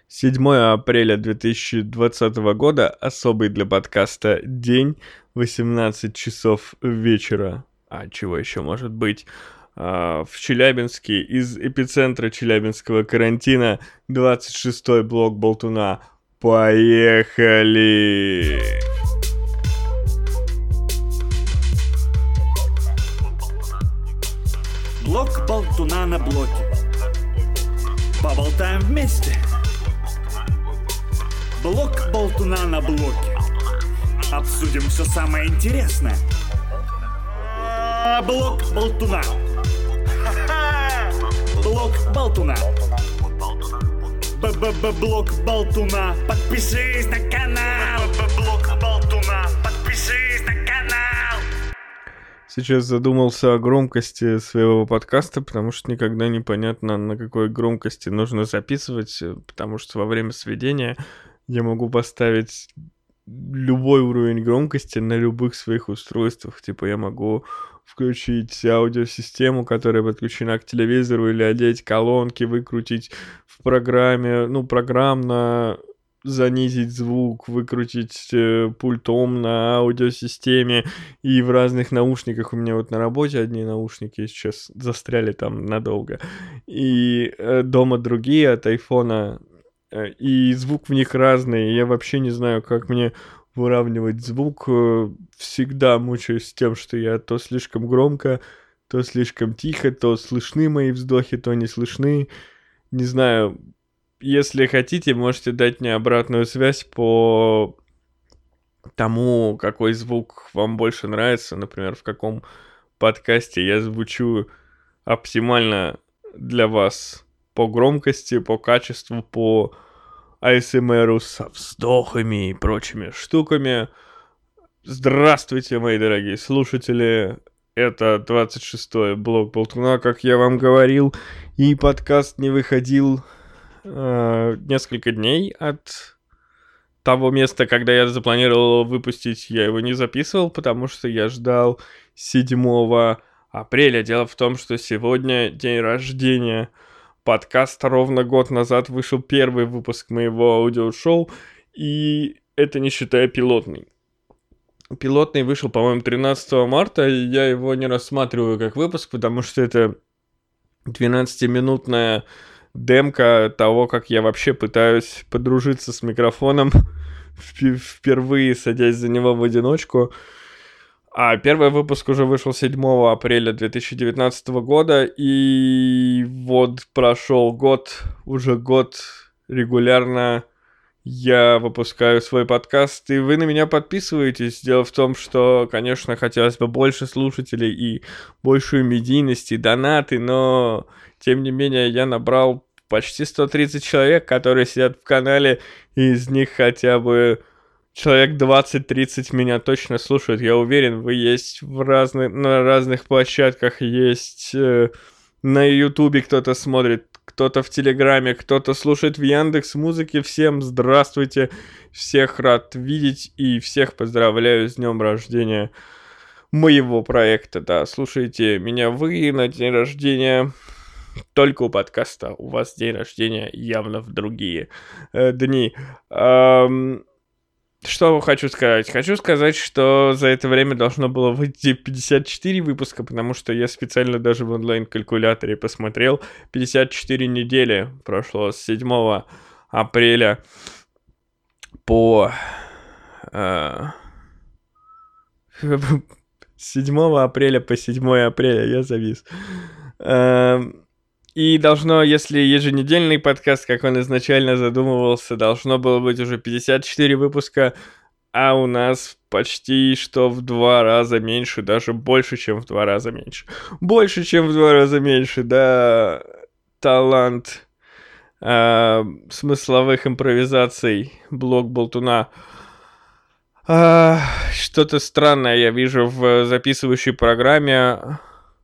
7 апреля 2020 года, особый для подкаста день, 18 часов вечера. А чего еще может быть? В Челябинске, из эпицентра челябинского карантина, 26-й блок Болтуна. Поехали! Блок Болтуна на блоке. Поболтаем вместе. Блок Болтуна на блоке. Обсудим все самое интересное. Блок Болтуна. Блок Болтуна. Блок Болтуна. Подпишись на канал. Блок Болтуна. Подпишись на канал. Сейчас задумался о громкости своего подкаста, потому что никогда непонятно, на какой громкости нужно записывать, потому что во время сведения я могу поставить любой уровень громкости на любых своих устройствах. Типа я могу включить аудиосистему, которая подключена к телевизору, или одеть колонки, выкрутить в программе, программно занизить звук, выкрутить пультом на аудиосистеме и в разных наушниках. У меня вот на работе одни наушники сейчас застряли там надолго, и дома другие от айфона, и звук в них разный. Я вообще не знаю, как мне выравнивать звук. Всегда мучаюсь с тем, что я то слишком громко, то слишком тихо, то слышны мои вздохи, то не слышны. Не знаю. Если хотите, можете дать мне обратную связь по тому, какой звук вам больше нравится. Например, в каком подкасте я звучу оптимально для вас по громкости, по качеству, по ASMR со вздохами и прочими штуками. Здравствуйте, мои дорогие слушатели. Это 26-й блок Болтуна, как я вам говорил. И подкаст не выходил несколько дней от того места, когда я запланировал выпустить. Я его не записывал, потому что я ждал 7 апреля. Дело в том, что сегодня день рождения подкаста. Ровно год назад вышел первый выпуск моего аудиошоу, и это не считая пилотный. Пилотный вышел, по-моему, 13 марта, и я его не рассматриваю как выпуск, потому что это 12-минутная демка того, как я вообще пытаюсь подружиться с микрофоном, впервые садясь за него в одиночку. А первый выпуск уже вышел 7 апреля 2019 года, и вот прошел год, уже год регулярно я выпускаю свой подкаст, и вы на меня подписываетесь. Дело в том, что, конечно, хотелось бы больше слушателей и большую медийность и донаты, но, тем не менее, я набрал почти 130 человек, которые сидят в канале, и из них хотя бы человек 20-30 меня точно слушают. Я уверен, вы есть на разных площадках, есть на Ютубе кто-то смотрит, кто-то в Телеграме, кто-то слушает в Яндекс.Музыке. Всем здравствуйте, всех рад видеть и всех поздравляю с днем рождения моего проекта. Да, слушайте меня вы на день рождения. Только у подкаста. У вас день рождения явно в другие дни. Что хочу сказать? Хочу сказать, что за это время должно было выйти 54 выпуска, потому что я специально даже в онлайн-калькуляторе посмотрел. 54 недели прошло с 7 апреля по... 7 апреля по 7 апреля, я завис. И должно, если еженедельный подкаст, как он изначально задумывался, должно было быть уже 54 выпуска, а у нас почти что в 2 раза меньше, даже больше, чем в 2 раза меньше. Больше, чем в 2 раза меньше, да, талант смысловых импровизаций, блок Болтуна. Что-то странное я вижу в записывающей программе.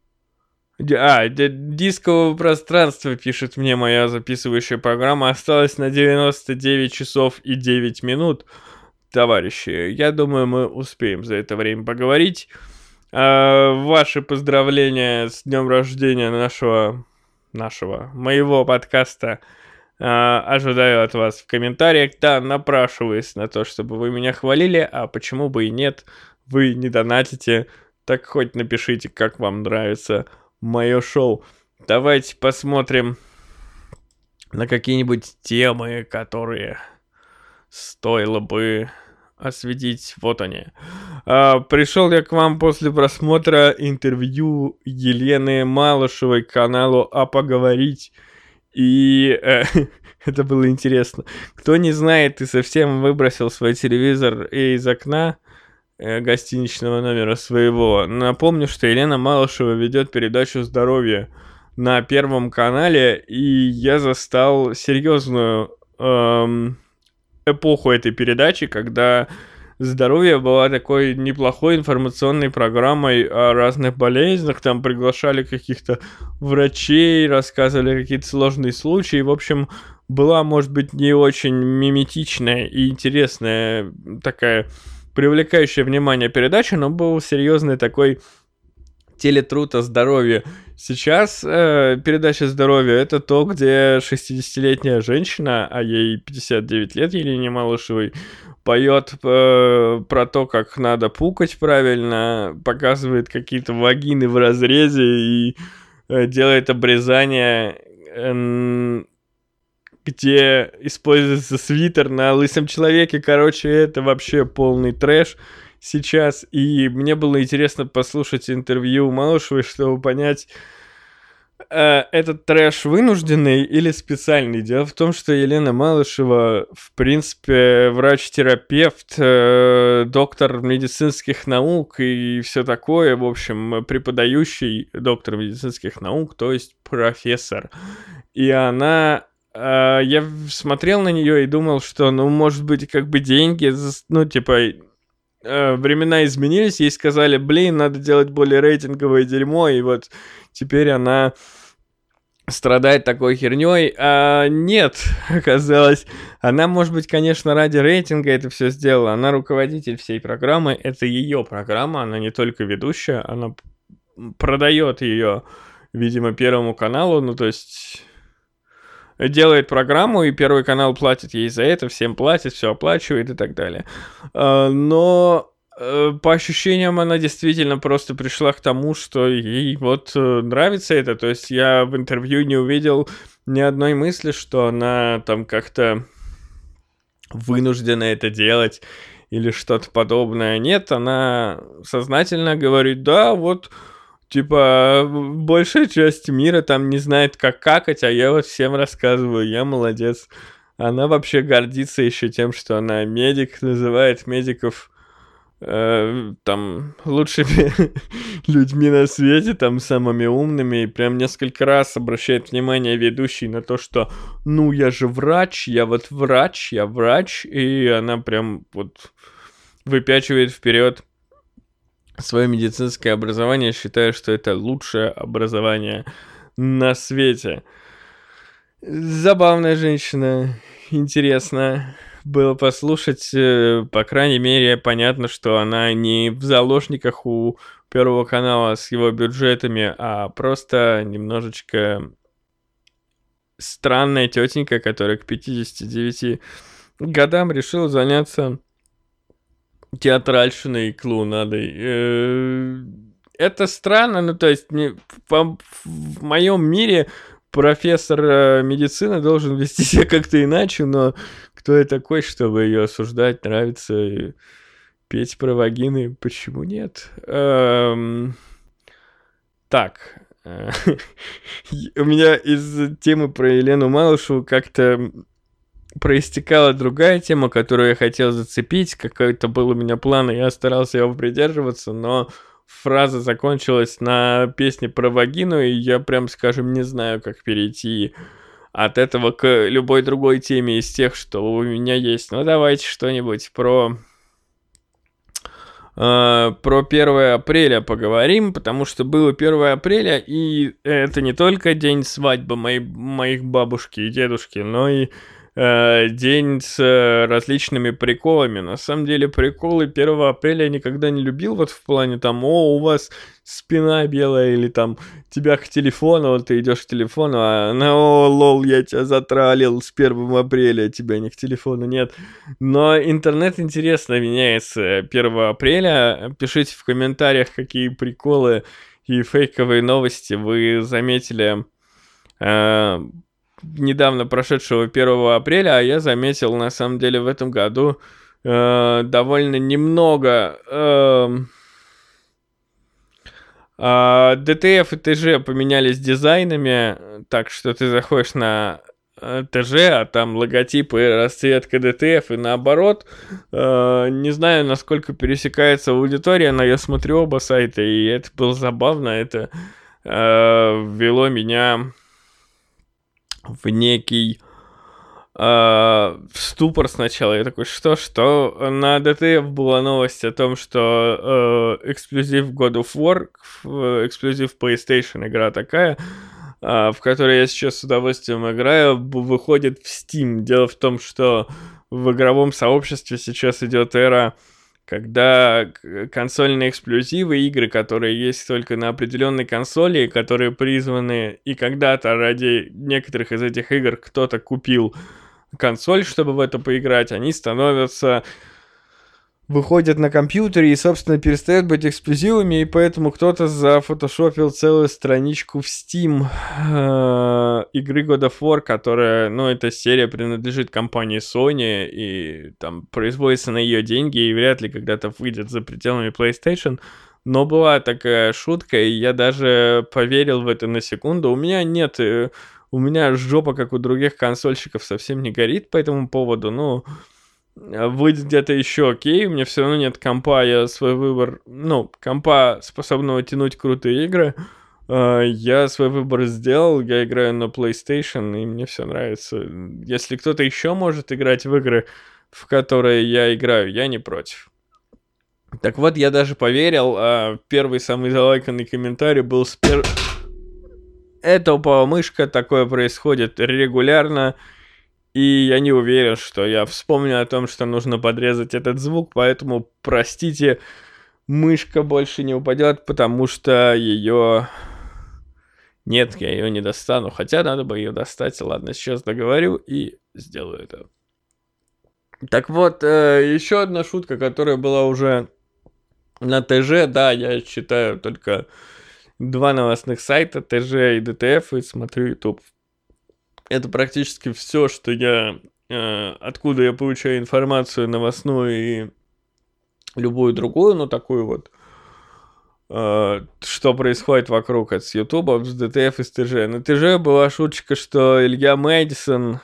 Дискового пространства, пишет мне моя записывающая программа, осталось на 99 часов и 9 минут. Товарищи, я думаю, мы успеем за это время поговорить. Ваши поздравления с днем рождения моего подкаста Ожидаю от вас в комментариях. Да, напрашиваюсь на то, чтобы вы меня хвалили, а почему бы и нет, вы не донатите, так хоть напишите, как вам нравится мое шоу. Давайте посмотрим на какие-нибудь темы, которые стоило бы осветить. Вот они. Пришел я к вам после просмотра интервью Елены Малышевой к каналу «А поговорить». И это было интересно. Кто не знает и совсем выбросил свой телевизор из окна гостиничного номера своего, напомню, что Елена Малышева ведет передачу «Здоровье» на Первом канале, и я застал серьезную эпоху этой передачи, когда «Здоровье» была такой неплохой информационной программой о разных болезнях, там приглашали каких-то врачей, рассказывали какие-то сложные случаи, в общем, была, может быть, не очень миметичная и интересная такая привлекающая внимание передача, но был серьезный такой телетруд о здоровье. Сейчас передача «Здоровье» — это то, где 60-летняя женщина, а ей 59 лет, Елене Малышевой, поет про то, как надо пукать правильно, показывает какие-то вагины в разрезе и делает обрезание, где используется свитер на лысом человеке. Короче, это вообще полный трэш сейчас, и мне было интересно послушать интервью Малышевой, чтобы понять, этот трэш вынужденный или специальный. Дело в том, что Елена Малышева, в принципе, врач-терапевт, доктор медицинских наук и все такое, в общем, преподающий доктор медицинских наук, то есть профессор. И она... Я смотрел на нее и думал, что, ну, может быть, как бы деньги, ну, типа... времена изменились, ей сказали, блин, надо делать более рейтинговое дерьмо, и вот теперь она страдает такой херней. А нет, оказалось, она, может быть, конечно, ради рейтинга это все сделала, она руководитель всей программы, это ее программа, она не только ведущая, она продает ее, видимо, Первому каналу, ну, то есть... делает программу, и Первый канал платит ей за это, всем платит, все оплачивает и так далее. Но по ощущениям она действительно просто пришла к тому, что ей вот нравится это. То есть я в интервью не увидел ни одной мысли, что она там как-то вынуждена это делать или что-то подобное. Нет, она сознательно говорит, да, вот... типа, большая часть мира там не знает, как какать, а я вот всем рассказываю, я молодец. Она вообще гордится еще тем, что она медик, называет медиков там лучшими людьми на свете, там самыми умными, и прям несколько раз обращает внимание ведущий на то, что, ну, я же врач, я вот врач, я врач, и она прям вот выпячивает вперед свое медицинское образование, считаю, что это лучшее образование на свете. Забавная женщина, интересно было послушать, по крайней мере, понятно, что она не в заложниках у Первого канала с его бюджетами, а просто немножечко странная тетенька, которая к 59 годам решила заняться театральщиной и клоунадой. Это странно, ну то есть в моем мире профессор медицины должен вести себя как-то иначе, но кто я такой, чтобы ее осуждать, нравится и петь про вагины, почему нет? Так, у меня из темы про Елену Малышеву как-то проистекала другая тема, которую я хотел зацепить, какой-то был у меня план, и я старался его придерживаться, но фраза закончилась на песне про вагину, и я прям, скажем, не знаю, как перейти от этого к любой другой теме из тех, что у меня есть. Ну, давайте что-нибудь про 1 апреля поговорим, потому что было 1 апреля, и это не только день свадьбы моих бабушки и дедушки, но и день с различными приколами. На самом деле приколы 1 апреля я никогда не любил, вот в плане там, у вас спина белая, или там тебя к телефону, вот ты идешь к телефону, а она, лол, я тебя затралил с 1 апреля, тебя не к телефону нет. Но интернет интересно меняется 1 апреля. Пишите в комментариях, какие приколы и фейковые новости вы заметили недавно прошедшего 1 апреля, а я заметил, на самом деле, в этом году довольно немного DTF и TG поменялись дизайнами, так что ты заходишь на TG, а там логотип и расцветка DTF, и наоборот. Не знаю, насколько пересекается аудитория, но я смотрю оба сайта, и это было забавно, это ввело меня в некий ступор сначала. Я такой, что? На DTF была новость о том, что эксклюзив God of War, эксклюзив PlayStation, игра такая, в которой я сейчас с удовольствием играю, выходит в Steam. Дело в том, что в игровом сообществе сейчас идет эра, когда консольные эксклюзивы, игры, которые есть только на определенной консоли, которые призваны, и когда-то ради некоторых из этих игр кто-то купил консоль, чтобы в это поиграть, они выходят на компьютере и, собственно, перестают быть эксклюзивами, и поэтому кто-то зафотошопил целую страничку в Steam игры God of War, которая, эта серия принадлежит компании Sony, и там производится на ее деньги, и вряд ли когда-то выйдет за пределами PlayStation. Но была такая шутка, и я даже поверил в это на секунду. У меня жопа, как у других консольщиков, совсем не горит по этому поводу, выйдет где-то еще окей, у меня все равно нет компа, я свой выбор, компа, способного тянуть крутые игры, я свой выбор сделал, я играю на PlayStation, и мне все нравится. Если кто-то еще может играть в игры, в которые я играю, я не против. Так вот, я даже поверил, первый самый залайканный комментарий был Это упала мышка, такое происходит регулярно, и я не уверен, что я вспомню о том, что нужно подрезать этот звук, поэтому, простите, мышка больше не упадет, потому что ее... Нет, я ее не достану, хотя надо бы ее достать. Ладно, сейчас договорю и сделаю это. Так вот, еще одна шутка, которая была уже на ТЖ, да, я читаю только 2 новостных сайта, ТЖ и ДТФ, и смотрю YouTube. Это практически все, что откуда я получаю информацию новостную и любую другую, такую вот, что происходит вокруг, это с YouTube, с ДТФ и с ТЖ. На ТЖ была шуточка, что Илья Мэдисон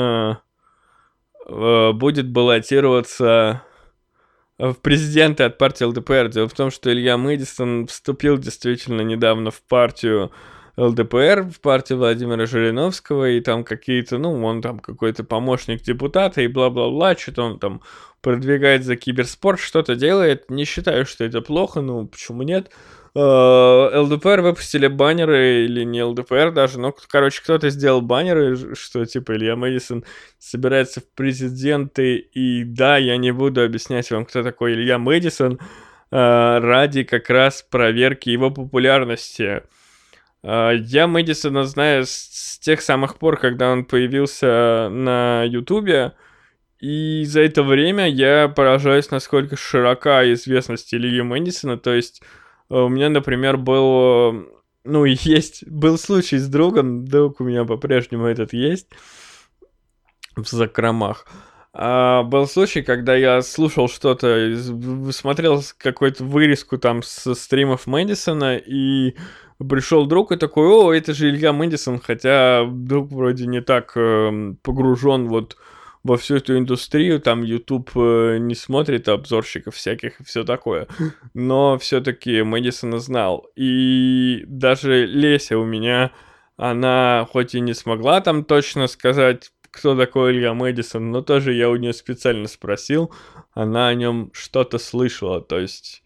будет баллотироваться в президенты от партии ЛДПР. Дело в том, что Илья Мэдисон вступил действительно недавно в партию ЛДПР, в партию Владимира Жириновского, и там какие-то, он там какой-то помощник депутата, и бла-бла-бла, что-то он там продвигает за киберспорт, что-то делает. Не считаю, что это плохо, почему нет? ЛДПР выпустили баннеры, или не ЛДПР даже, кто-то сделал баннеры, что типа Илья Мэдисон собирается в президенты, и да, я не буду объяснять вам, кто такой Илья Мэдисон, ради как раз проверки его популярности. Я Мэдисона знаю с тех самых пор, когда он появился на Ютубе, и за это время я поражаюсь, насколько широка известность Ильи Мэдисона. То есть у меня, например, был случай с другом, друг у меня по-прежнему этот есть в закромах. Был случай, когда я слушал что-то, смотрел какую-то вырезку там со стримов Мэдисона, и пришел друг и такой: это же Илья Мэдисон, хотя друг вроде не так погружен вот во всю эту индустрию, там YouTube не смотрит обзорщиков всяких и все такое, но все-таки Мэдисона знал. И даже Леся у меня, она хоть и не смогла там точно сказать, кто такой Илья Мэдисон, но тоже я у нее специально спросил, она о нем что-то слышала, то есть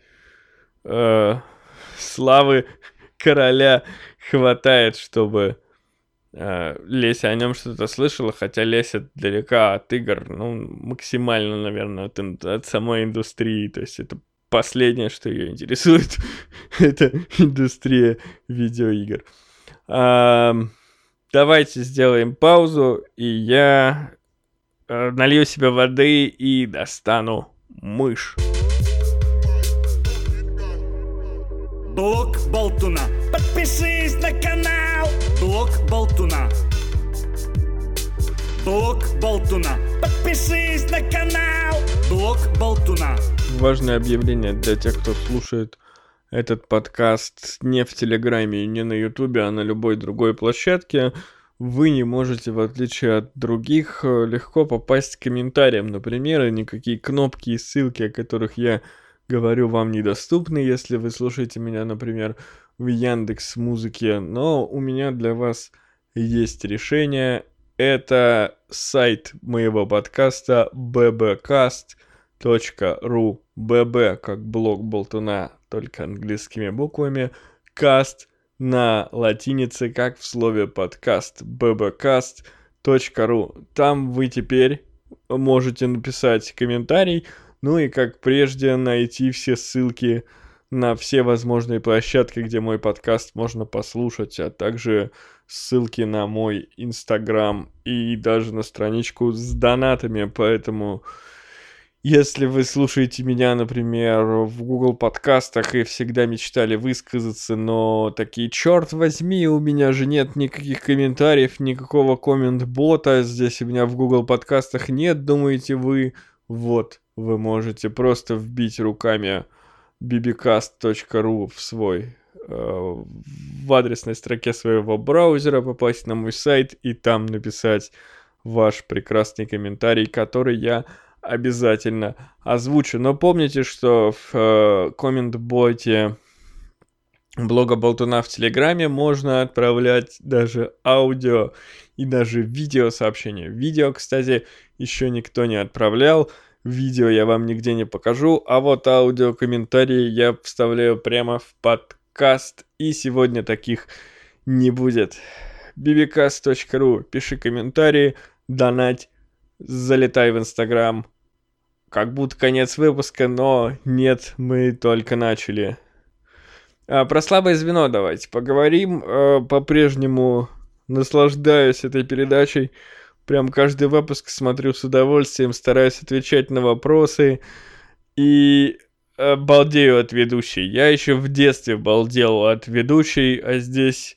славы короля хватает, чтобы Леся о нем что-то слышала, хотя Леся далека от игр, ну, максимально, наверное, от самой индустрии. То есть это последнее, что ее интересует, это индустрия видеоигр. Давайте сделаем паузу, и я налью себе воды и достану мышь. Блок Болтуна. Подпишись на канал. Блок Болтуна. Блок Болтуна. Подпишись на канал. Блок Болтуна. Важное объявление для тех, кто слушает этот подкаст не в Телеграме и не на Ютубе, а на любой другой площадке. Вы не можете, в отличие от других, легко попасть к комментариям, например, и никакие кнопки и ссылки, о которых я говорю, вам недоступны, если вы слушаете меня, например, в Яндекс.Музыке. Но у меня для вас есть решение. Это сайт моего подкаста bbcast.ru. bb как блок Болтуна, только английскими буквами. Cast на латинице, как в слове подкаст. bbcast.ru. Там вы теперь можете написать комментарий, ну и как прежде найти все ссылки на все возможные площадки, где мой подкаст можно послушать, а также ссылки на мой Инстаграм и даже на страничку с донатами. Поэтому, если вы слушаете меня, например, в Google подкастах и всегда мечтали высказаться, но такие, черт возьми, у меня же нет никаких комментариев, никакого коммент-бота, здесь у меня в Google подкастах нет, думаете вы, вот, вы можете просто вбить руками bbcast.ru в адресной строке своего браузера, попасть на мой сайт и там написать ваш прекрасный комментарий, который я обязательно озвучу. Но помните, что в коммент-боте блога Болтуна в Телеграме можно отправлять даже аудио и даже видео-сообщения. Видео, кстати, еще никто не отправлял. Видео я вам нигде не покажу, а вот аудио-комментарии я вставляю прямо в подкаст, и сегодня таких не будет. bbcast.ru. Пиши комментарии, донать, залетай в Инстаграм. Как будто конец выпуска, но нет, мы только начали. Про слабое звено давайте поговорим. По-прежнему наслаждаюсь этой передачей. Прям каждый выпуск смотрю с удовольствием, стараюсь отвечать на вопросы и балдею от ведущей. Я еще в детстве балдел от ведущей, а здесь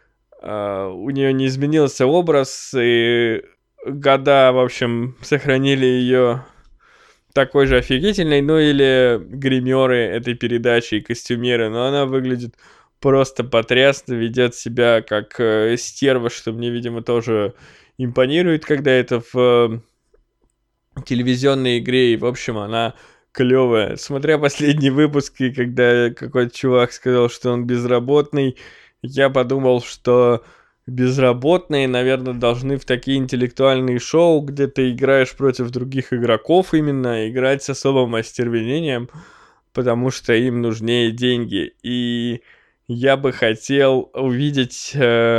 у нее не изменился образ, и года, в общем, сохранили ее такой же офигительной, ну или гримеры этой передачи и костюмеры, но она выглядит просто потрясно, ведет себя как стерва, что мне, видимо, тоже импонирует, когда это в телевизионной игре, и, в общем, она клевая. Смотря последний выпуск, и когда какой-то чувак сказал, что он безработный, я подумал, что безработные, наверное, должны в такие интеллектуальные шоу, где ты играешь против других игроков именно, играть с особым остервенением, потому что им нужнее деньги. И я бы хотел увидеть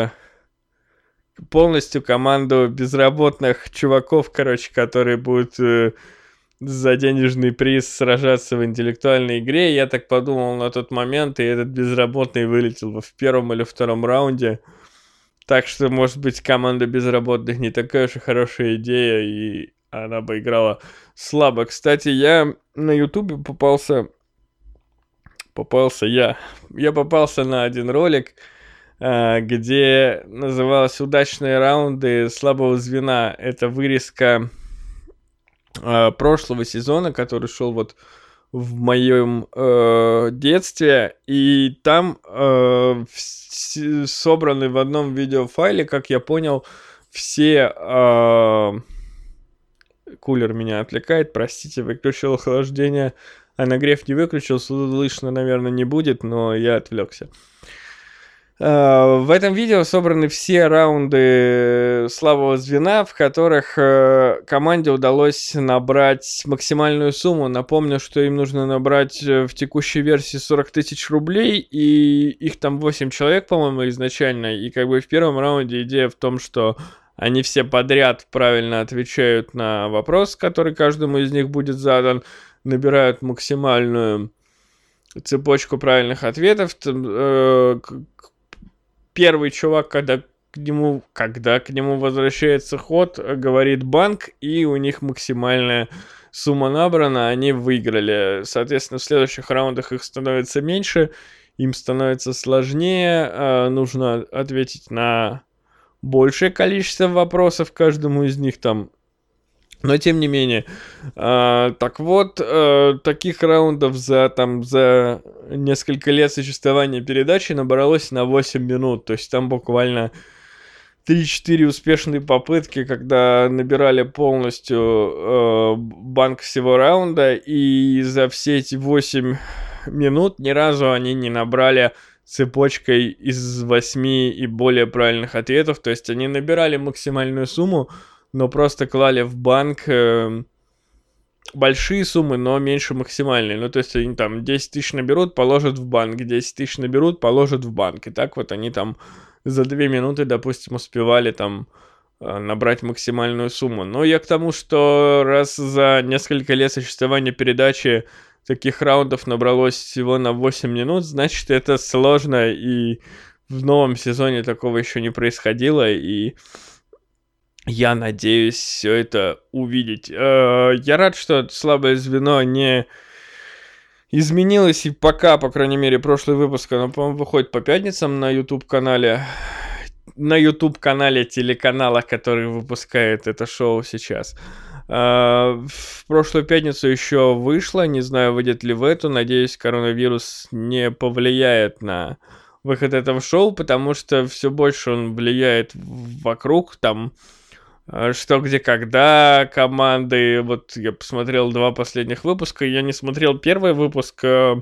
полностью команду безработных чуваков, короче, которые будут за денежный приз сражаться в интеллектуальной игре. Я так подумал на тот момент, и этот безработный вылетел в первом или втором раунде. Так что, может быть, команда безработных не такая уж и хорошая идея, и она бы играла слабо. Кстати, я на Ютубе попался на один ролик, где называлось «Удачные раунды слабого звена». Это вырезка прошлого сезона, который шел вот в моем детстве, и там собраны в одном видеофайле, как я понял, все... Кулер меня отвлекает, простите, выключил охлаждение, а нагрев не выключил, слышно, наверное, не будет, но я отвлекся. В этом видео собраны все раунды слабого звена, в которых команде удалось набрать максимальную сумму. Напомню, что им нужно набрать в текущей версии 40 тысяч рублей, и их там 8 человек, по-моему, изначально. И как бы в первом раунде идея в том, что они все подряд правильно отвечают на вопрос, который каждому из них будет задан, набирают максимальную цепочку правильных ответов. Первый чувак, когда к нему возвращается ход, говорит банк, и у них максимальная сумма набрана, они выиграли. Соответственно, в следующих раундах их становится меньше, им становится сложнее, нужно ответить на большее количество вопросов каждому из них там. Но тем не менее, так вот, таких раундов за несколько лет существования передачи набралось на 8 минут. То есть там буквально 3-4 успешные попытки, когда набирали полностью банк всего раунда. И за все эти 8 минут ни разу они не набрали цепочкой из 8 и более правильных ответов. То есть они набирали максимальную сумму, но просто клали в банк большие суммы, но меньше максимальные. Ну, то есть они там 10 тысяч наберут, положат в банк, 10 тысяч наберут, положат в банк. И так вот они там за 2 минуты, допустим, успевали там набрать максимальную сумму. Но я к тому, что раз за несколько лет существования передачи таких раундов набралось всего на 8 минут, значит, это сложно, и в новом сезоне такого еще не происходило, и я надеюсь все это увидеть. Я рад, что слабое звено не изменилось, и пока, по крайней мере, прошлый выпуск, оно, по-моему, выходит по пятницам на YouTube-канале. На YouTube-канале телеканала, который выпускает это шоу сейчас. В прошлую пятницу еще вышло, не знаю, выйдет ли в эту. Надеюсь, коронавирус не повлияет на выход этого шоу, потому что все больше он влияет вокруг, там что, где, когда команды. Вот я посмотрел 2 последних выпуска. Я не смотрел первый выпуск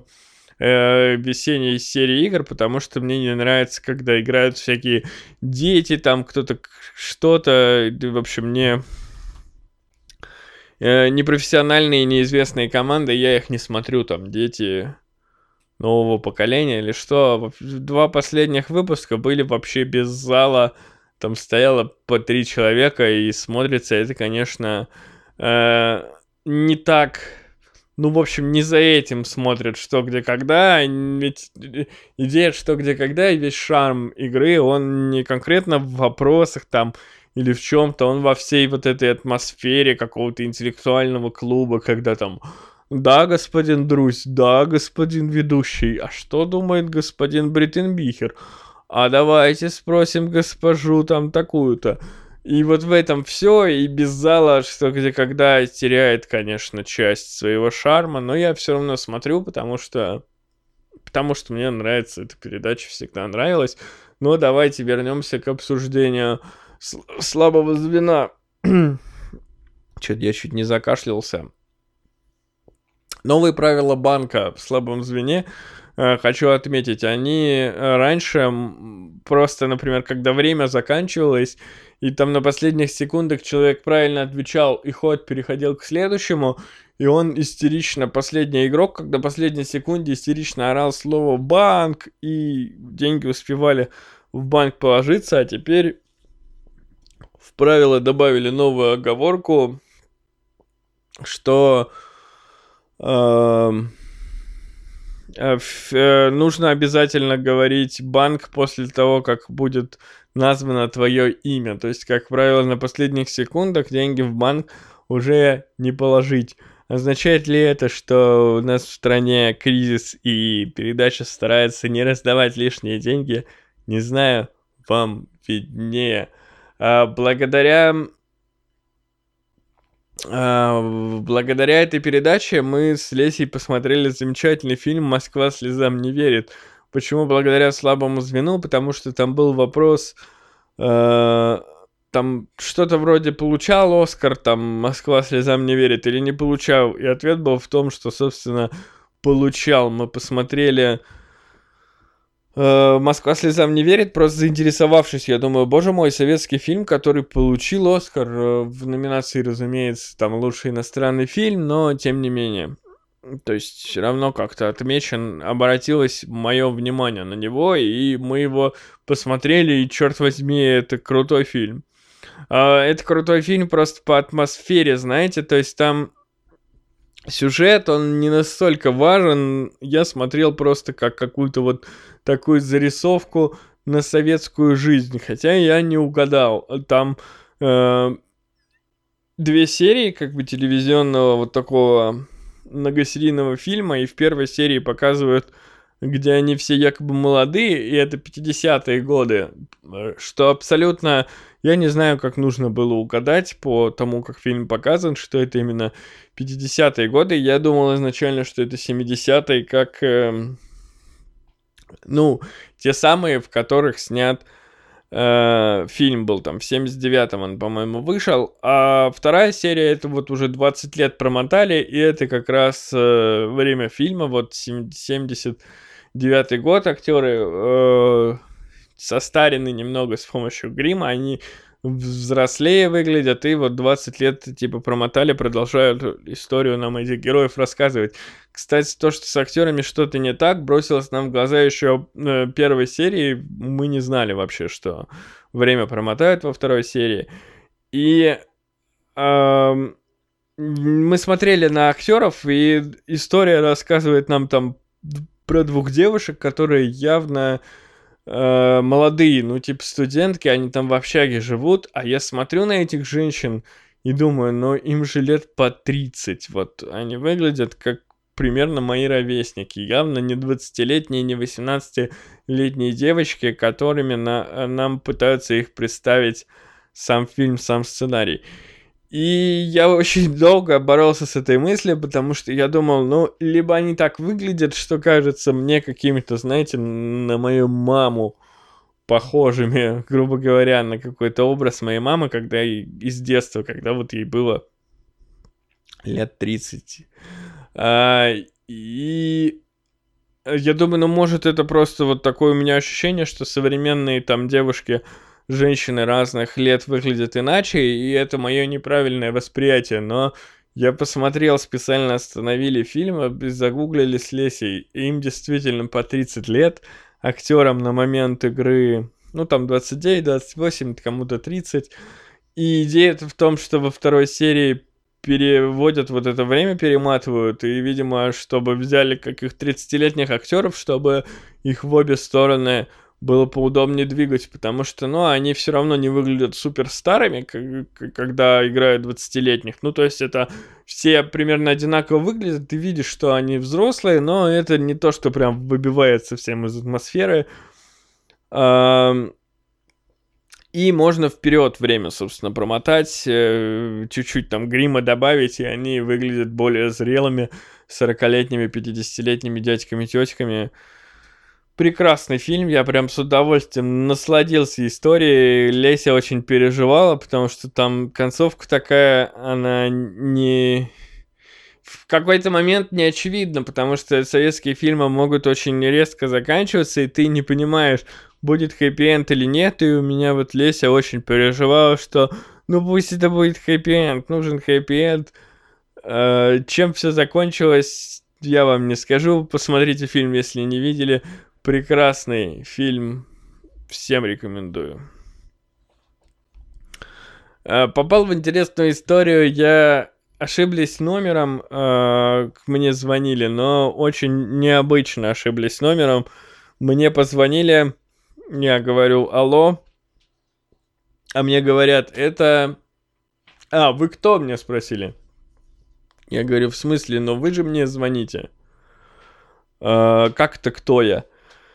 весенней серии игр, потому что мне не нравится, когда играют всякие дети, там кто-то что-то. В общем, мне непрофессиональные, неизвестные команды, я их не смотрю, там дети нового поколения или что. 2 последних выпуска были вообще без зала. Там стояло по 3 человека, и смотрится это, конечно, не так. Ну, в общем, не за этим смотрят «Что, где, когда». Ведь идея «Что, где, когда» и весь шарм игры, он не конкретно в вопросах там или в чем-то, он во всей вот этой атмосфере какого-то интеллектуального клуба, когда там: да, господин Друзь, да, господин ведущий, а что думает господин Бриттенбихер? А давайте спросим госпожу там такую-то. И вот в этом все, и без зала «Что, где, когда» теряет, конечно, часть своего шарма, но я все равно смотрю, потому что мне нравится эта передача, всегда нравилась. Но давайте вернемся к обсуждению слабого звена. Чё-то я чуть не закашлялся. Новые правила банка в слабом звене, хочу отметить, они раньше просто, например, когда время заканчивалось, и там на последних секундах человек правильно отвечал, и ход переходил к следующему, и он истерично, последний игрок, когда в последней секунде истерично орал слово «банк», и деньги успевали в банк положиться, а теперь в правила добавили новую оговорку, что нужно обязательно говорить «банк» после того, как будет названо твое имя. То есть, как правило, на последних секундах деньги в банк уже не положить. Означает ли это, что у нас в стране кризис и передача старается не раздавать лишние деньги? Не знаю, вам виднее. Благодаря этой передаче мы с Лесей посмотрели замечательный фильм «Москва слезам не верит». Почему благодаря слабому звену? Потому что там был вопрос, там что-то вроде получал Оскар, там «Москва слезам не верит» или не получал. И ответ был в том, что, собственно, получал. Мы посмотрели «Москва слезам не верит», просто заинтересовавшись, я думаю, боже мой, советский фильм, который получил Оскар в номинации, разумеется, там лучший иностранный фильм, но тем не менее. То есть все равно как-то отмечен, обратилось мое внимание на него, и мы его посмотрели, и, черт возьми, это крутой фильм. Это крутой фильм просто по атмосфере, знаете, то есть там сюжет, он не настолько важен, я смотрел просто как какую-то вот такую зарисовку на советскую жизнь, хотя я не угадал. Там 2 серии как бы телевизионного вот такого многосерийного фильма, и в первой серии показывают, где они все якобы молодые, и это 50-е годы, что абсолютно, я не знаю, как нужно было угадать по тому, как фильм показан, что это именно 50-е годы. Я думал изначально, что это 70-е, как, ну, те самые, в которых снят фильм был там в 79-м он, по-моему, вышел, а вторая серия это вот уже 20 лет промотали, и это как раз время фильма, вот 79-й год, актеры состарены немного с помощью грима, они взрослее выглядят, и вот 20 лет типа промотали, продолжают историю нам этих героев рассказывать. Кстати, то, что с актерами что-то не так, бросилось нам в глаза еще первой серии. Мы не знали вообще, что время промотают во второй серии. И мы смотрели на актеров, и история рассказывает нам там про 2 девушек, которые явно молодые, ну типа студентки, они там в общаге живут, а я смотрю на этих женщин и думаю, ну им же лет по 30, вот они выглядят как примерно мои ровесники, явно не 20-летние, не 18-летние девочки, которыми нам пытаются их представить сам фильм, сам сценарий. И я очень долго боролся с этой мыслью, потому что я думал, ну, либо они так выглядят, что кажется мне какими-то, знаете, на мою маму похожими, грубо говоря, на какой-то образ моей мамы, когда из детства, когда вот ей было лет 30. И я думаю, ну, может, это просто вот такое у меня ощущение, что современные там девушки, женщины разных лет выглядят иначе, и это мое неправильное восприятие, но я посмотрел, специально остановили фильм, загуглили с Лесей, и им действительно по 30 лет, актерам на момент игры, ну, там 29, 28, кому-то 30, и идея в том, что во второй серии переводят вот это время, перематывают, и, видимо, чтобы взяли каких 30-летних актеров, чтобы их в обе стороны было поудобнее двигать, потому что, ну, они все равно не выглядят супер старыми, когда играют 20-летних. Ну, то есть это все примерно одинаково выглядят, ты видишь, что они взрослые, но это не то, что прям выбивает совсем из атмосферы. И можно вперед время, собственно, промотать, чуть-чуть там грима добавить, и они выглядят более зрелыми, 40-летними, 50-летними дядьками, тётками. Прекрасный фильм, я прям с удовольствием насладился историей. Леся очень переживала, потому что там концовка такая, она не... В какой-то момент не очевидно, потому что советские фильмы могут очень резко заканчиваться, и ты не понимаешь, будет хэппи-энд или нет, и у меня вот Леся очень переживала, что ну пусть это будет хэппи-энд, нужен хэппи-энд. Чем все закончилось, я вам не скажу, посмотрите фильм, если не видели. Прекрасный фильм, всем рекомендую. Попал в интересную историю, я... Ошиблись номером, мне звонили, но очень необычно ошиблись номером. Мне позвонили, я говорю алло, а мне говорят, это... вы кто, мне спросили. Я говорю, в смысле, но вы же мне звоните. Как это кто я?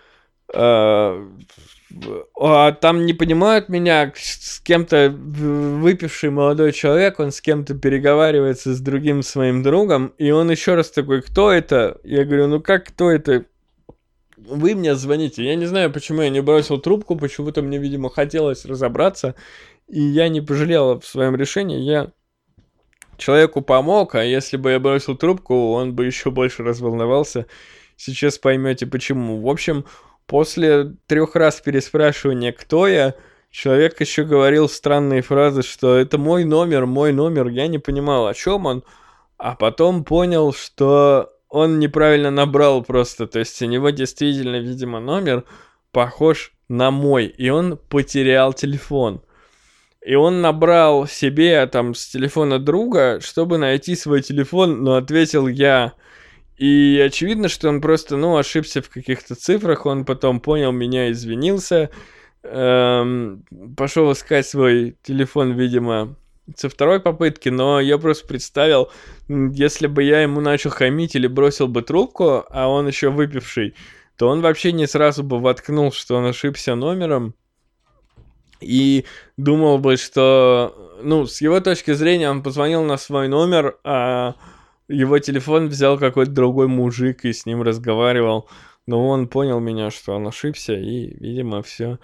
Там не понимают меня, с кем-то выпивший молодой человек, он с кем-то переговаривается с другим своим другом, и он еще раз такой, кто это? Я говорю, ну как кто это? Вы мне звоните. Я не знаю, почему я не бросил трубку, почему-то мне, видимо, хотелось разобраться, и я не пожалел в своем решении, я человеку помог, а если бы я бросил трубку, он бы еще больше разволновался. Сейчас поймете почему. В общем, После 3 раз переспрашивания, кто я, человек еще говорил странные фразы, что это мой номер. Я не понимал, о чем он. А потом понял, что он неправильно набрал просто. То есть у него действительно, видимо, номер похож на мой. И он потерял телефон. И он набрал себе там с телефона друга, чтобы найти свой телефон, но ответил я. И очевидно, что он просто, ошибся в каких-то цифрах. Он потом понял меня, извинился. Пошел искать свой телефон, видимо, со второй попытки. Но я просто представил, если бы я ему начал хамить или бросил бы трубку, а он еще выпивший, то он вообще не сразу бы воткнул, что он ошибся номером. И думал бы, что, с его точки зрения, он позвонил на свой номер, а его телефон взял какой-то другой мужик и с ним разговаривал. Но он понял меня, что он ошибся, и, видимо, все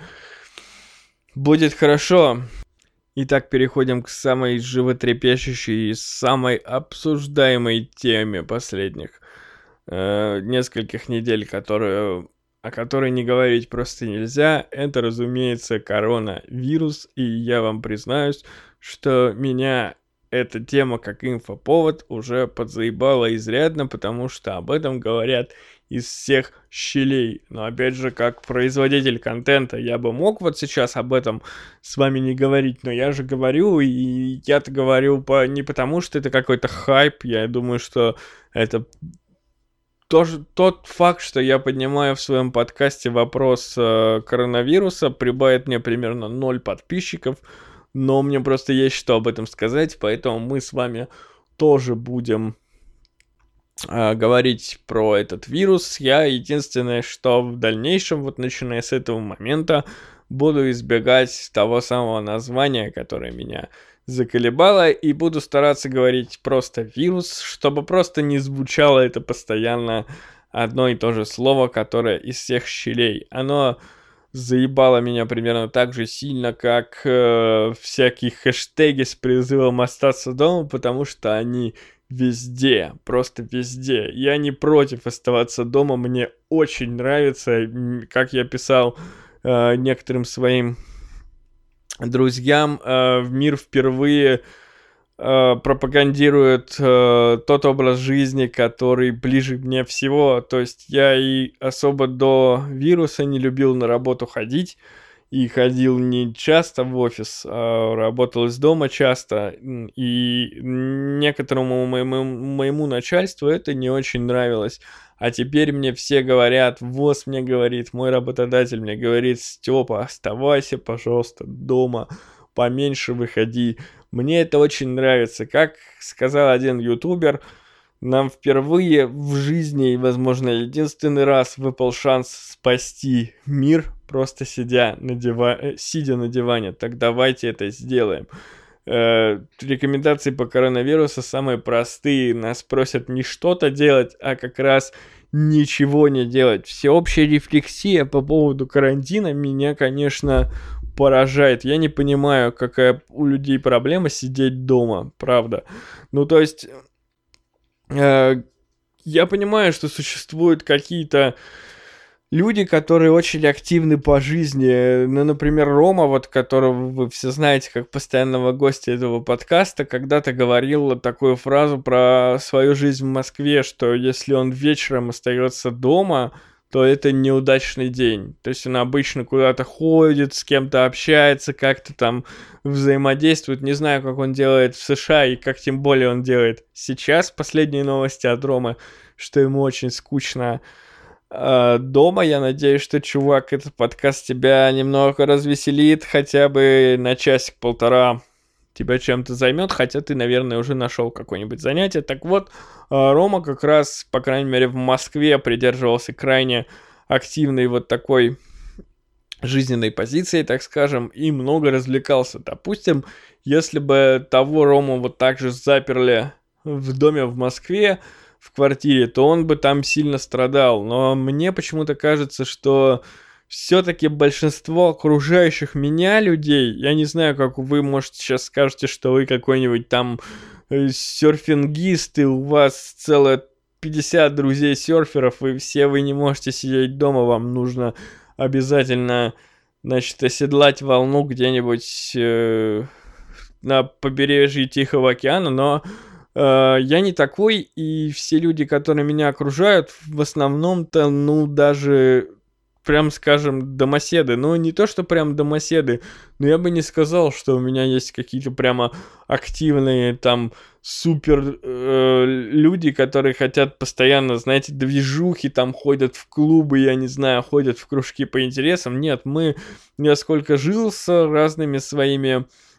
будет хорошо. Итак, переходим к самой животрепещущей и самой обсуждаемой теме последних нескольких недель, о которой не говорить просто нельзя. Это, разумеется, коронавирус. И я вам признаюсь, что меня эта тема как инфоповод уже подзаебала изрядно, потому что об этом говорят из всех щелей. Но опять же, как производитель контента, я бы мог вот сейчас об этом с вами не говорить, но я же говорю, и я-то говорю не потому, что это какой-то хайп. Я думаю, что это тоже тот факт, что я поднимаю в своем подкасте вопрос коронавируса, прибавит мне примерно 0 подписчиков, но мне просто есть что об этом сказать, поэтому мы с вами тоже будем говорить про этот вирус. Я единственное, что в дальнейшем, вот начиная с этого момента, буду избегать того самого названия, которое меня заколебало, и буду стараться говорить просто вирус, чтобы просто не звучало это постоянно одно и то же слово, которое из всех щелей. Оно заебало меня примерно так же сильно, как всякие хэштеги с призывом остаться дома, потому что они везде, просто везде. Я не против оставаться дома, мне очень нравится, как я писал некоторым своим друзьям, в мир впервые пропагандирует тот образ жизни, который ближе мне всего. То есть я и особо до вируса не любил на работу ходить, и ходил не часто в офис, а работал из дома часто, и некоторому моему начальству это не очень нравилось. А теперь мне все говорят, ВОЗ мне говорит, мой работодатель мне говорит: Степа, оставайся, пожалуйста, дома, поменьше выходи. Мне это очень нравится. Как сказал один ютубер, нам впервые в жизни, и, возможно, единственный раз выпал шанс спасти мир, просто сидя на диване. Так давайте это сделаем. Рекомендации по коронавирусу самые простые. Нас просят не что-то делать, а как раз ничего не делать. Всеобщая рефлексия по поводу карантина меня, конечно, поражает. Я не понимаю, какая у людей проблема сидеть дома, правда. То есть я понимаю, что существуют какие-то люди, которые очень активны по жизни. Например, Рома, вот которого вы все знаете как постоянного гостя этого подкаста, когда-то говорил такую фразу про свою жизнь в Москве, что если он вечером остается дома, то это неудачный день. То есть он обычно куда-то ходит, с кем-то общается, как-то там взаимодействует. Не знаю, как он делает в США и как тем более он делает сейчас. Последние новости от Ромы, что ему очень скучно дома. Я надеюсь, что, чувак, этот подкаст тебя немного развеселит, хотя бы на часик-полтора тебя чем-то займет, хотя ты, наверное, уже нашел какое-нибудь занятие. Так вот, Рома как раз, по крайней мере, в Москве придерживался крайне активной вот такой жизненной позиции, так скажем, и много развлекался. Допустим, если бы того Рому вот так же заперли в доме в Москве, в квартире, то он бы там сильно страдал. Но мне почему-то кажется, что все-таки большинство окружающих меня людей, я не знаю, как вы, может, сейчас скажете, что вы какой-нибудь там серфингист, и у вас целая 50 друзей серферов, и все вы не можете сидеть дома, вам нужно обязательно, значит, оседлать волну где-нибудь на побережье Тихого океана, но я не такой, и все люди, которые меня окружают, в основном-то, ну, даже, прям скажем, домоседы. Ну, не то, что прям домоседы, но я бы не сказал, что у меня есть какие-то прямо активные, там, супер люди, которые хотят постоянно, знаете, движухи, там, ходят в клубы, я не знаю, ходят в кружки по интересам. Нет, я сколько жил с разными своими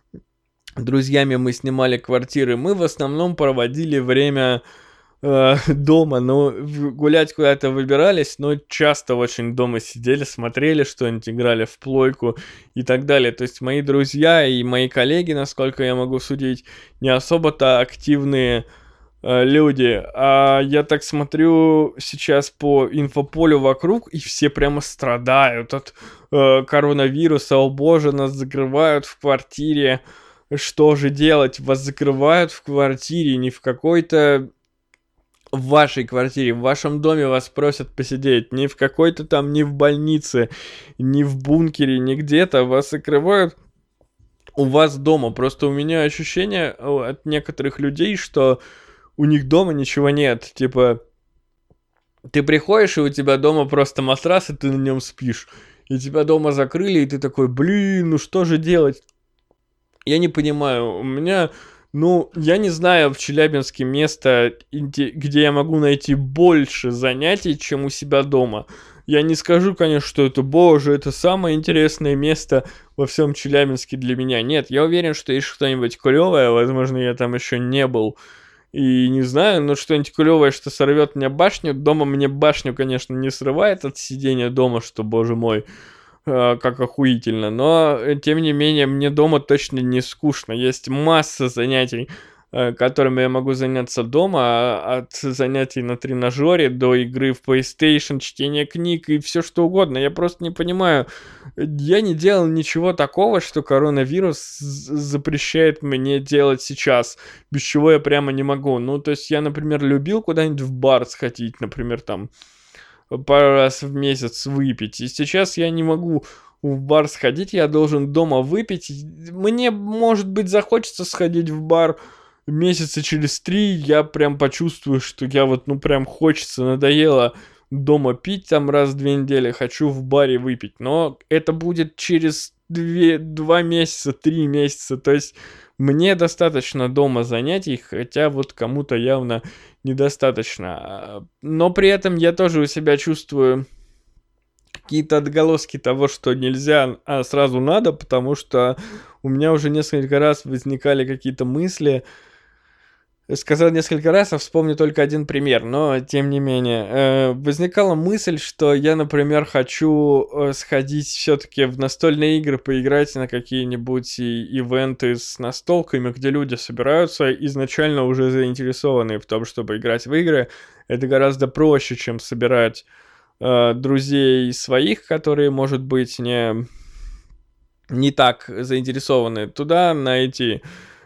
друзьями, мы снимали квартиры, мы в основном проводили время дома, но гулять куда-то выбирались, но часто очень дома сидели, смотрели что-нибудь, играли в плойку и так далее. То есть мои друзья и мои коллеги, насколько я могу судить, не особо-то активные люди. А я так смотрю сейчас по инфополю вокруг, и все прямо страдают от коронавируса. О боже, нас закрывают в квартире. Что же делать? Вас закрывают в квартире, не в какой-то в вашей квартире, в вашем доме вас просят посидеть, не в какой-то там, не в больнице, не в бункере, не где-то, вас закрывают у вас дома. Просто у меня ощущение от некоторых людей, что у них дома ничего нет. Типа, ты приходишь, и у тебя дома просто матрас, и ты на нем спишь. И тебя дома закрыли, и ты такой, блин, ну что же делать? Я не понимаю, у меня, ну, я не знаю в Челябинске место, где я могу найти больше занятий, чем у себя дома. Я не скажу, конечно, что это, боже, это самое интересное место во всем Челябинске для меня. Нет, я уверен, что есть что-нибудь клевое, возможно, я там еще не был. И не знаю, но что-нибудь клевое, что сорвет мне башню. Дома мне башню, конечно, не срывает от сидения дома, что, боже мой, как охуительно. Но, тем не менее, мне дома точно не скучно. Есть масса занятий, которыми я могу заняться дома, от занятий на тренажере до игры в PlayStation, чтения книг и все что угодно. Я просто не понимаю. Я не делал ничего такого, что коронавирус запрещает мне делать сейчас, без чего я прямо не могу. Ну, то есть я, например, любил куда-нибудь в бар сходить, например, там, пару раз в месяц выпить. И сейчас я не могу в бар сходить, я должен дома выпить. Мне, может быть, захочется сходить в бар месяца через 3, я прям почувствую, что я вот, ну, прям хочется, надоело дома пить там раз в 2 недели, хочу в баре выпить. Но это будет через 2 месяца, 3 месяца. То есть мне достаточно дома занятий, хотя вот кому-то явно недостаточно. Но при этом я тоже у себя чувствую какие-то отголоски того, что нельзя, а сразу надо, потому что у меня уже несколько раз возникали какие-то мысли. Сказал несколько раз, а вспомню только один пример, но тем не менее. Возникала мысль, что я, например, хочу сходить все-таки в настольные игры, поиграть на какие-нибудь ивенты с настолками, где люди собираются изначально уже заинтересованные в том, чтобы играть в игры. Это гораздо проще, чем собирать друзей своих, которые, может быть, не так заинтересованы. Туда на эти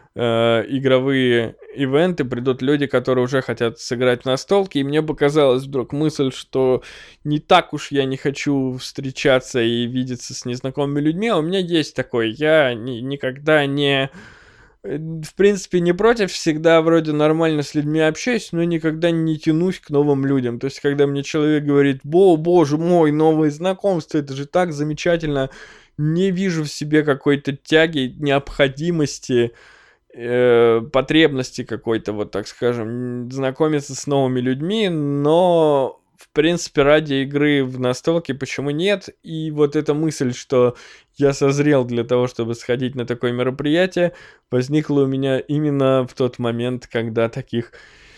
игровые ивенты придут люди, которые уже хотят сыграть в настолки, и мне показалась вдруг мысль, что не так уж я не хочу встречаться и видеться с незнакомыми людьми, а у меня есть такое, я никогда не... В принципе, не против, всегда вроде нормально с людьми общаюсь, но никогда не тянусь к новым людям. То есть, когда мне человек говорит, боже мой, новые знакомства, это же так замечательно, не вижу в себе какой-то тяги, необходимости, потребности какой-то, вот так скажем, знакомиться с новыми людьми, но в принципе ради игры в настолки почему нет? И вот эта мысль, что я созрел для того, чтобы сходить на такое мероприятие, возникла у меня именно в тот момент, когда таких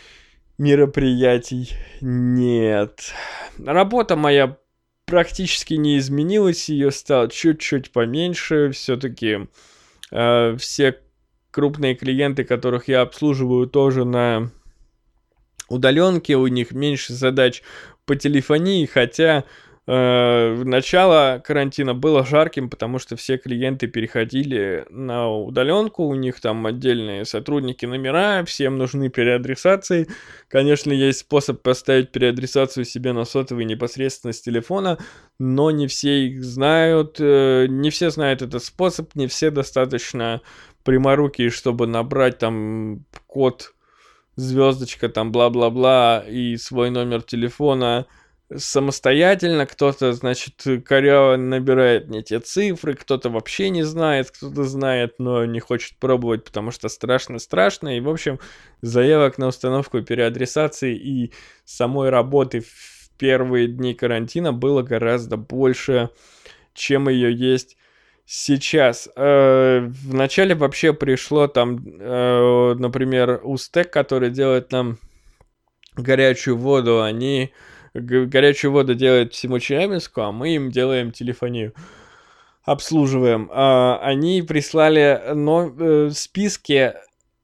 мероприятий нет. Работа моя практически не изменилась, ее стало чуть-чуть поменьше, все-таки все крупные клиенты, которых я обслуживаю, тоже на удаленке, у них меньше задач по телефонии, хотя Начало карантина было жарким, потому что все клиенты переходили на удаленку, у них там отдельные сотрудники номера, всем нужны переадресации. Конечно, есть способ поставить переадресацию себе на сотовый непосредственно с телефона, но не все их знают, не все знают этот способ, не все достаточно пряморукие, чтобы набрать там код звездочка, там бла-бла-бла и свой номер телефона самостоятельно. Кто-то, значит, коряво набирает не те цифры, кто-то вообще не знает, кто-то знает, но не хочет пробовать, потому что страшно. И, в общем, заявок на установку переадресации и самой работы в первые дни карантина было гораздо больше, чем ее есть сейчас. Вначале вообще пришло там, например, Устек, который делает нам горячую воду, они горячую воду делают всему Челябинску, а мы им делаем телефонию, обслуживаем. Они прислали списки,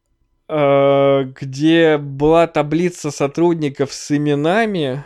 где была таблица сотрудников с именами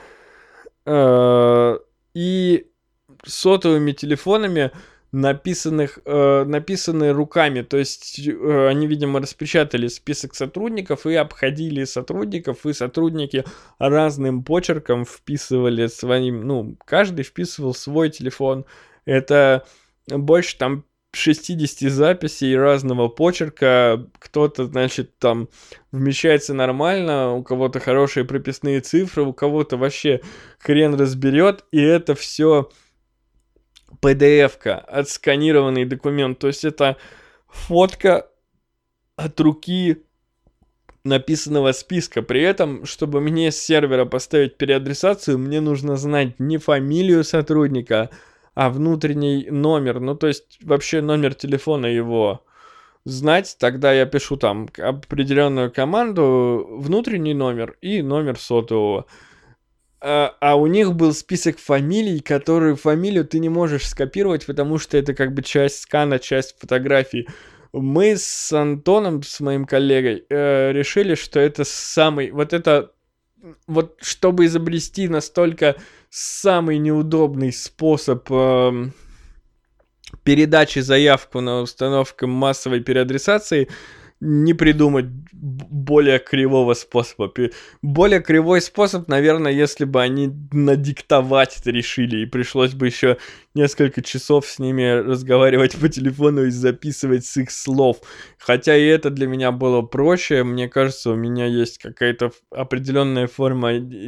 и сотовыми телефонами, написанные руками. То есть они, видимо, распечатали список сотрудников и обходили сотрудников, и сотрудники разным почерком вписывали своим, каждый вписывал свой телефон. Это больше там 60 записей разного почерка. Кто-то, значит, там вмещается нормально, у кого-то хорошие прописные цифры, у кого-то вообще хрен разберет, и это все PDF-ка, отсканированный документ. То есть это фотка от руки написанного списка. При этом, чтобы мне с сервера поставить переадресацию, мне нужно знать не фамилию сотрудника, а внутренний номер. То есть вообще номер телефона его знать. Тогда я пишу там определенную команду, внутренний номер и номер сотового. А у них был список фамилий, которую фамилию ты не можешь скопировать, потому что это как бы часть скана, часть фотографии. Мы с Антоном, с моим коллегой, решили, что это чтобы изобрести настолько самый неудобный способ передачи заявку на установку массовой переадресации, не придумать более кривого способа. Более кривой способ, наверное, если бы они надиктовать это решили, и пришлось бы еще несколько часов с ними разговаривать по телефону и записывать с их слов. Хотя и это для меня было проще. Мне кажется, у меня есть какая-то определенная форма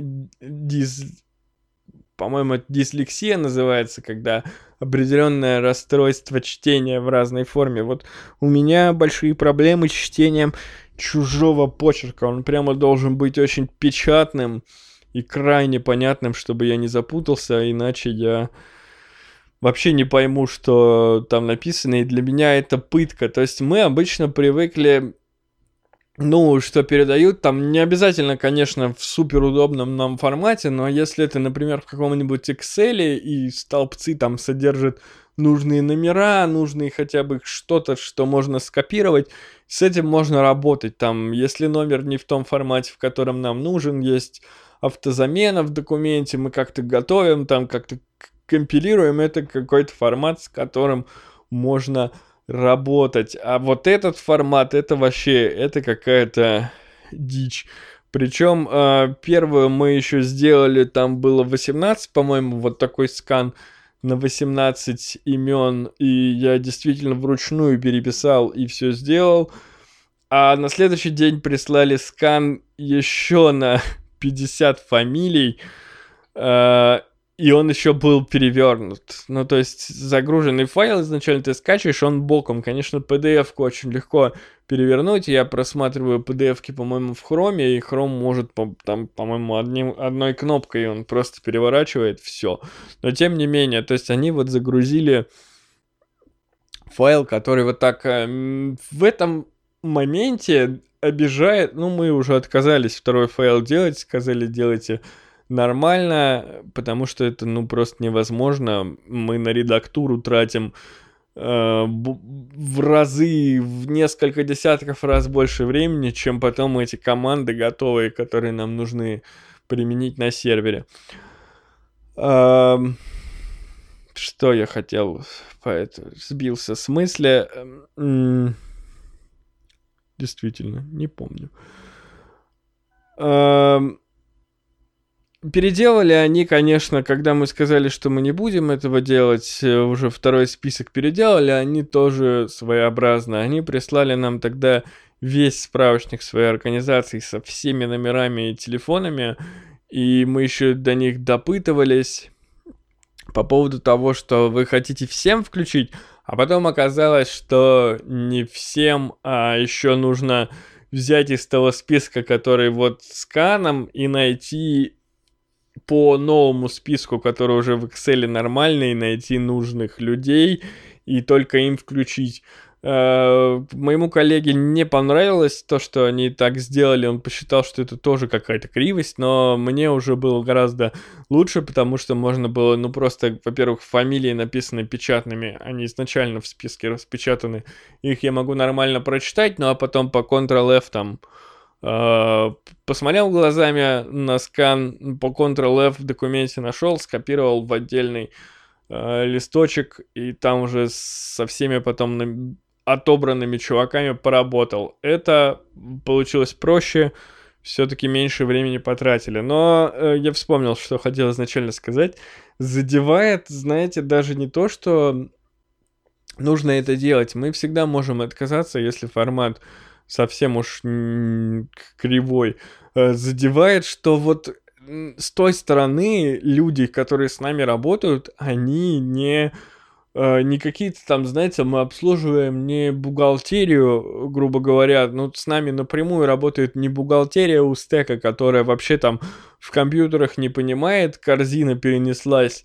по-моему, дислексия называется, когда определенное расстройство чтения в разной форме. Вот у меня большие проблемы с чтением чужого почерка. Он прямо должен быть очень печатным и крайне понятным, чтобы я не запутался, иначе я вообще не пойму, что там написано, и для меня это пытка. То есть мы обычно привыкли, что передают, там не обязательно, конечно, в суперудобном нам формате, но если это, например, в каком-нибудь Excel, и столбцы там содержат нужные номера, нужные хотя бы что-то, что можно скопировать, с этим можно работать. Там, если номер не в том формате, в котором нам нужен, есть автозамена в документе, мы как-то готовим, там как-то компилируем, это какой-то формат, с которым можно работать. А вот этот формат, это вообще, это какая-то дичь. Причем первую мы еще сделали, там было 18, по-моему, вот такой скан на 18 имен, и я действительно вручную переписал и все сделал. А на следующий день прислали скан еще на 50 фамилий, и он еще был перевернут. То есть загруженный файл изначально ты скачиваешь, он боком. Конечно, PDF-ку очень легко перевернуть. Я просматриваю PDF-ки, по-моему, в Chrome, и Chrome может, там, по-моему, одной кнопкой он просто переворачивает все. Но тем не менее, то есть они вот загрузили файл, который вот так в этом моменте обижает. Мы уже отказались второй файл делать, сказали, делайте нормально, потому что это, просто невозможно. Мы на редактуру тратим в разы, в несколько десятков раз больше времени, чем потом эти команды готовые, которые нам нужны применить на сервере. Что я хотел, поэтому сбился с мысли. Действительно, не помню. Переделали они, конечно, когда мы сказали, что мы не будем этого делать, уже второй список переделали, они тоже своеобразно. Они прислали нам тогда весь справочник своей организации со всеми номерами и телефонами, и мы еще до них допытывались по поводу того, что вы хотите всем включить, а потом оказалось, что не всем, а еще нужно взять из того списка, который вот сканом, и найти по новому списку, который уже в Excel нормальный, найти нужных людей и только им включить. Моему коллеге не понравилось то, что они так сделали, он посчитал, что это тоже какая-то кривость, но мне уже было гораздо лучше, потому что можно было, ну просто, во-первых, фамилии написаны печатными, они изначально в списке распечатаны, их я могу нормально прочитать, ну а потом по Ctrl-F там посмотрел глазами на скан, по Ctrl-F в документе нашел, скопировал в отдельный листочек, и там уже со всеми потом отобранными чуваками поработал. Это получилось проще, все-таки меньше времени потратили. Но я вспомнил, что хотел изначально сказать. Задевает, знаете, даже не то, что нужно это делать. Мы всегда можем отказаться, если формат совсем уж кривой. Задевает, что вот с той стороны люди, которые с нами работают, они не какие-то там, знаете, мы обслуживаем не бухгалтерию, грубо говоря, ну, с нами напрямую работает не бухгалтерия у стека, которая вообще там в компьютерах не понимает, корзина перенеслась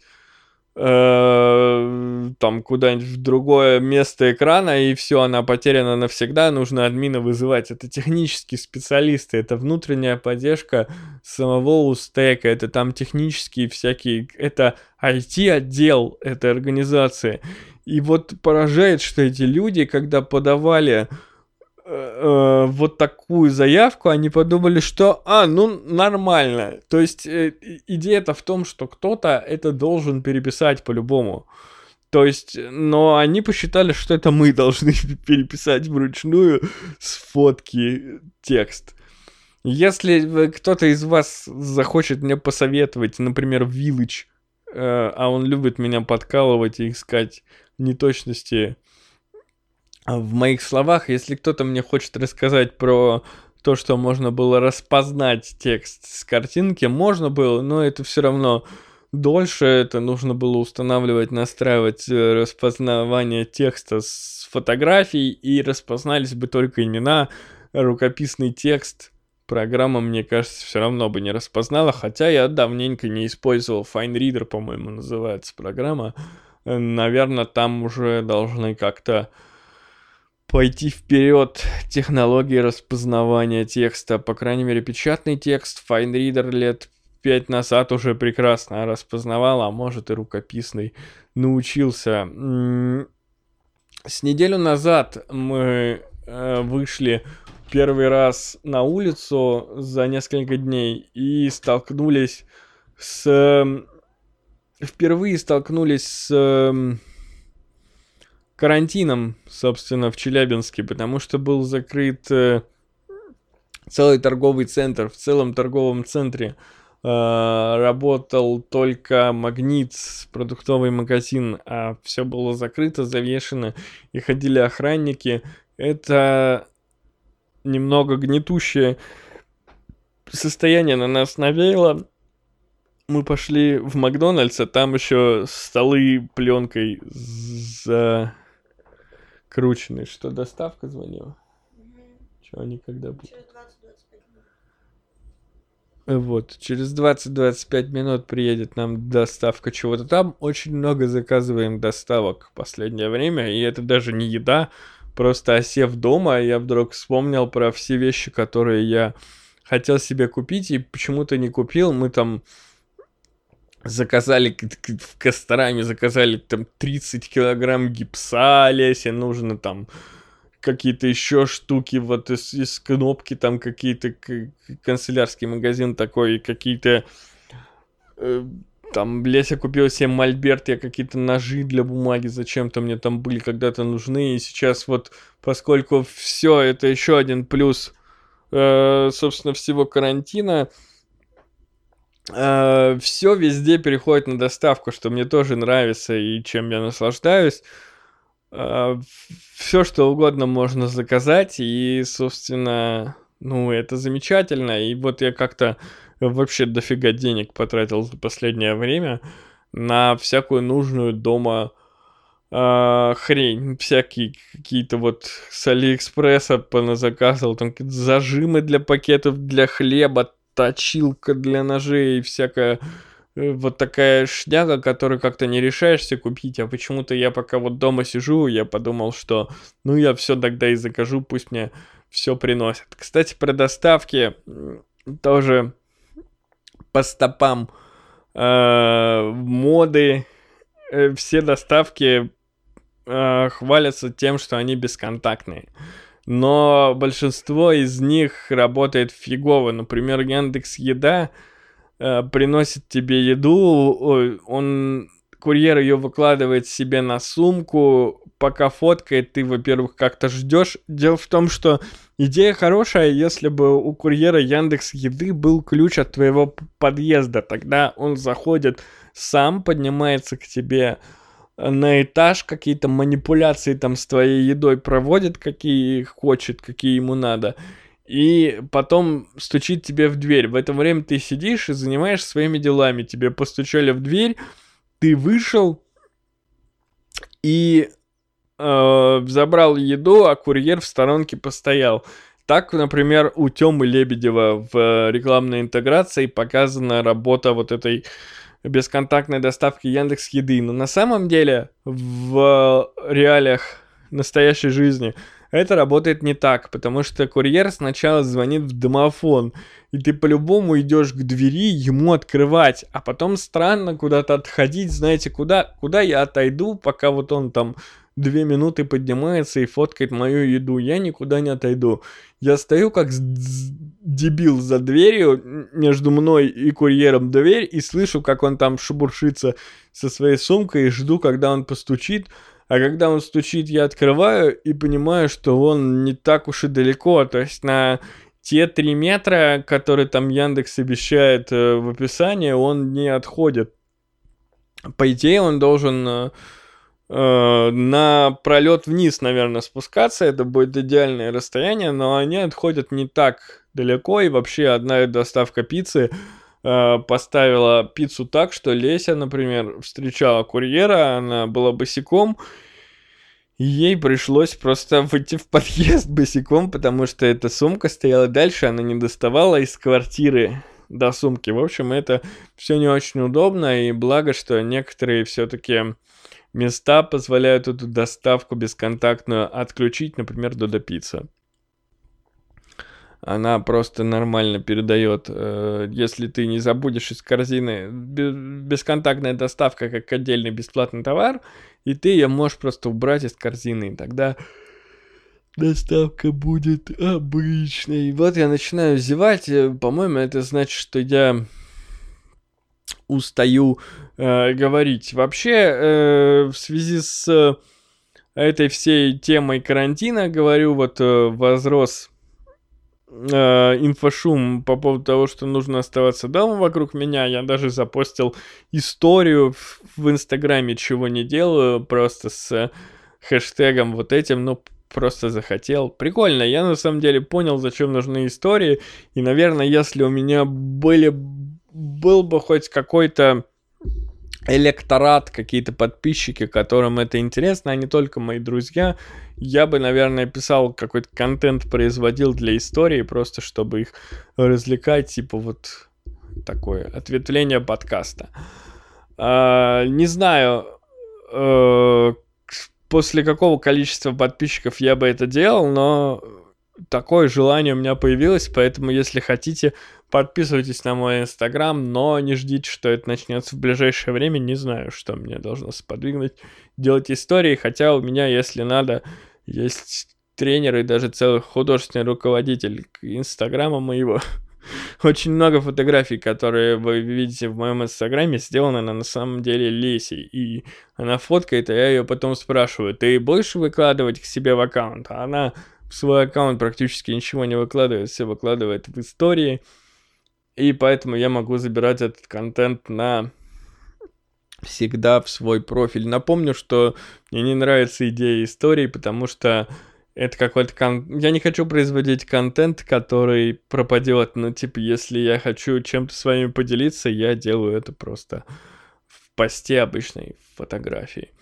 там куда-нибудь в другое место экрана, и все, она потеряна навсегда, нужно админа вызывать. Это технические специалисты, это внутренняя поддержка самого устека, это там технические всякие, это IT-отдел этой организации. И вот поражает, что эти люди, когда подавали вот такую заявку, они подумали, что, ну, нормально. То есть идея-то в том, что кто-то это должен переписать по-любому. То есть, но они посчитали, что это мы должны переписать вручную с фотки текст. Если кто-то из вас захочет мне посоветовать, например, Village, а он любит меня подкалывать и искать неточности в моих словах, если кто-то мне хочет рассказать про то, что можно было распознать текст с картинки, можно было, но это все равно дольше, это нужно было устанавливать, настраивать распознавание текста с фотографий, и распознались бы только имена, рукописный текст программа, мне кажется, все равно бы не распознала, хотя я давненько не использовал FineReader, по-моему, называется программа. Наверное, там уже должны как-то пойти вперед технологии распознавания текста. По крайней мере, печатный текст FineReader лет 5 назад уже прекрасно распознавал, а может и рукописный научился. С неделю назад мы вышли первый раз на улицу за несколько дней и впервые столкнулись с карантином, собственно, в Челябинске, потому что был закрыт целый торговый центр. В целом торговом центре работал только Магнит, продуктовый магазин, а все было закрыто, завешено, и ходили охранники. Это немного гнетущее состояние на нас навеяло. Мы пошли в Макдональдс, а там еще столы пленкой закручены. Что, доставка звонила? Чего они когда будут? Через 20-25 минут. Вот, через 20-25 минут приедет нам доставка чего-то там. Очень много заказываем доставок в последнее время, и это даже не еда. Просто осев дома, я вдруг вспомнил про все вещи, которые я хотел себе купить и почему-то не купил. Мы там заказали в Костораме, заказали там 30 килограмм гипса, Лесе нужно там какие-то еще штуки, вот из кнопки там какие-то, канцелярский магазин такой, какие-то Там Леся купила себе мольберт, я какие-то ножи для бумаги зачем-то мне там были когда-то нужны. И сейчас вот, поскольку все это еще один плюс, собственно, всего карантина, все везде переходит на доставку, что мне тоже нравится и чем я наслаждаюсь. Все, что угодно можно заказать, и, собственно, ну, это замечательно. И вот я как-то вообще дофига денег потратил за последнее время на всякую нужную дома хрень. Всякие какие-то вот с Алиэкспресса поназаказывал, там какие-то зажимы для пакетов, для хлеба, точилка для ножей и всякая вот такая шняга, которую как-то не решаешься купить, а почему-то я пока вот дома сижу, я подумал, что ну я все тогда и закажу, пусть мне все приносят. Кстати, про доставки тоже по стопам моды, все доставки хвалятся тем, что они бесконтактные. Но большинство из них работает фигово. Например, Яндекс.Еда приносит тебе еду, курьер ее выкладывает себе на сумку, пока фоткает, ты, во-первых, как-то ждешь. Дело в том, что идея хорошая, если бы у курьера Яндекс.Еды был ключ от твоего подъезда, тогда он заходит сам, поднимается к тебе на этаж, какие-то манипуляции там с твоей едой проводит, какие хочет, какие ему надо, и потом стучит тебе в дверь. В это время ты сидишь и занимаешься своими делами. Тебе постучали в дверь, ты вышел и забрал еду, а курьер в сторонке постоял. Так, например, у Тёмы Лебедева в рекламной интеграции показана работа вот этой бесконтактной доставки Яндекс.Еды. Но на самом деле в реалиях настоящей жизни это работает не так, потому что курьер сначала звонит в домофон, и ты по-любому идешь к двери ему открывать, а потом странно куда-то отходить, знаете, куда я отойду, пока вот он там 2 минуты поднимается и фоткает мою еду. Я никуда не отойду. Я стою как дебил за дверью, между мной и курьером дверь, и слышу, как он там шебуршится со своей сумкой, и жду, когда он постучит. А когда он стучит, я открываю и понимаю, что он не так уж и далеко. То есть на те 3 метра, которые там Яндекс обещает в описании, он не отходит. По идее, он должен на пролет вниз, наверное, спускаться. Это будет идеальное расстояние, но они отходят не так далеко. И вообще одна доставка пиццы поставила пиццу так, что Леся, например, встречала курьера, она была босиком, и ей пришлось просто выйти в подъезд босиком, потому что эта сумка стояла дальше, она не доставала из квартиры до сумки. В общем, это все не очень удобно, и благо, что некоторые все-таки места позволяют эту доставку бесконтактную отключить, например, Додо Пицца. Она просто нормально передает, если ты не забудешь из корзины, бесконтактная доставка как отдельный бесплатный товар, и ты ее можешь просто убрать из корзины, и тогда доставка будет обычной. И вот я начинаю зевать, по-моему, это значит, что я устаю говорить. Вообще, в связи с этой всей темой карантина, говорю, вот возрос инфошум по поводу того, что нужно оставаться дома вокруг меня. Я даже запостил историю в Инстаграме, чего не делаю, просто с хэштегом вот этим, ну, просто захотел. Прикольно, я на самом деле понял, зачем нужны истории, и, наверное, если у меня был бы хоть какой-то электорат, какие-то подписчики, которым это интересно, а не только мои друзья, я бы, наверное, писал какой-то контент, производил для истории, просто чтобы их развлекать, типа вот такое ответвление подкаста. Не знаю, после какого количества подписчиков я бы это делал, но такое желание у меня появилось, поэтому, если хотите, подписывайтесь на мой инстаграм, но не ждите, что это начнется в ближайшее время. Не знаю, что меня должно сподвигнуть делать истории, хотя у меня, если надо, есть тренер и даже целый художественный руководитель инстаграма моего. очень много фотографий, которые вы видите в моем инстаграме, сделаны на самом деле Лесей. И она фоткает, а я ее потом спрашиваю, ты будешь выкладывать к себе в аккаунт? А она в свой аккаунт практически ничего не выкладывает, все выкладывает в истории. И поэтому я могу забирать этот контент всегда в свой профиль. Напомню, что мне не нравится идея истории, потому что это какой-то... Я не хочу производить контент, который пропадет. Ну, типа, если я хочу чем-то с вами поделиться, я делаю это просто в посте обычной фотографии.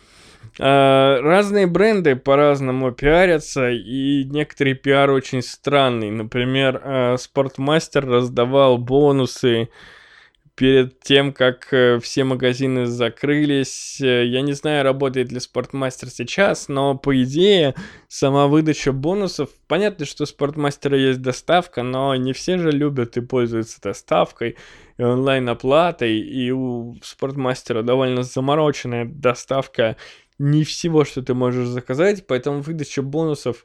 Разные бренды по-разному пиарятся, и некоторый пиар очень странный. Например, Спортмастер раздавал бонусы перед тем, как все магазины закрылись. Я не знаю, работает ли Спортмастер сейчас, но по идее сама выдача бонусов... Понятно, что у Спортмастера есть доставка, но не все же любят и пользуются доставкой и онлайн-оплатой, и у Спортмастера довольно замороченная доставка не всего, что ты можешь заказать, поэтому выдача бонусов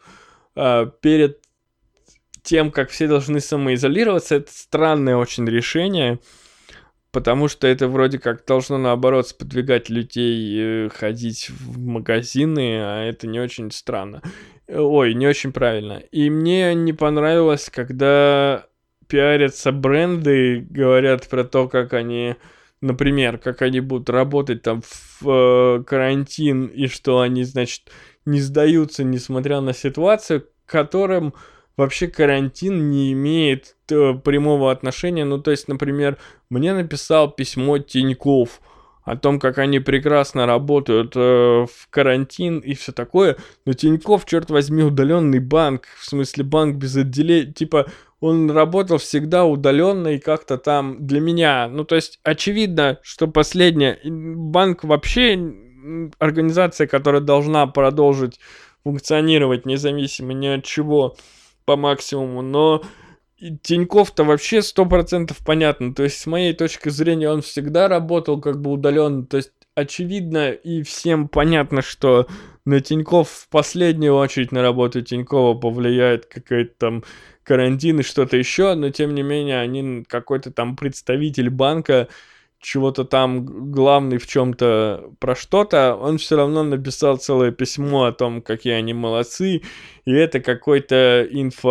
перед тем, как все должны самоизолироваться, это странное очень решение. Потому что это вроде как должно, наоборот, сподвигать людей ходить в магазины, а это не очень странно. Ой, не очень правильно. И мне не понравилось, когда пиарятся бренды, говорят про то, как они, например, как они будут работать там в карантин, и что они, значит, не сдаются, несмотря на ситуацию, к которым... Вообще карантин не имеет прямого отношения. Ну, то есть, например, мне написал письмо Тинькофф о том, как они прекрасно работают в карантин и все такое. Но Тинькофф, черт возьми, удаленный банк. В смысле, банк без отделения. Типа, он работал всегда удаленно и как-то там для меня. Ну, то есть, очевидно, что последнее. Банк вообще организация, которая должна продолжить функционировать независимо ни от чего по максимуму, но Тинькофф-то вообще 100% понятно, то есть с моей точки зрения он всегда работал как бы удаленно, то есть очевидно и всем понятно, что на Тинькофф в последнюю очередь на работу Тинькова повлияет какой-то там карантин и что-то еще, но тем не менее они какой-то там представитель банка, чего-то там главный в чем-то про что-то, он все равно написал целое письмо о том, какие они молодцы, и это какой-то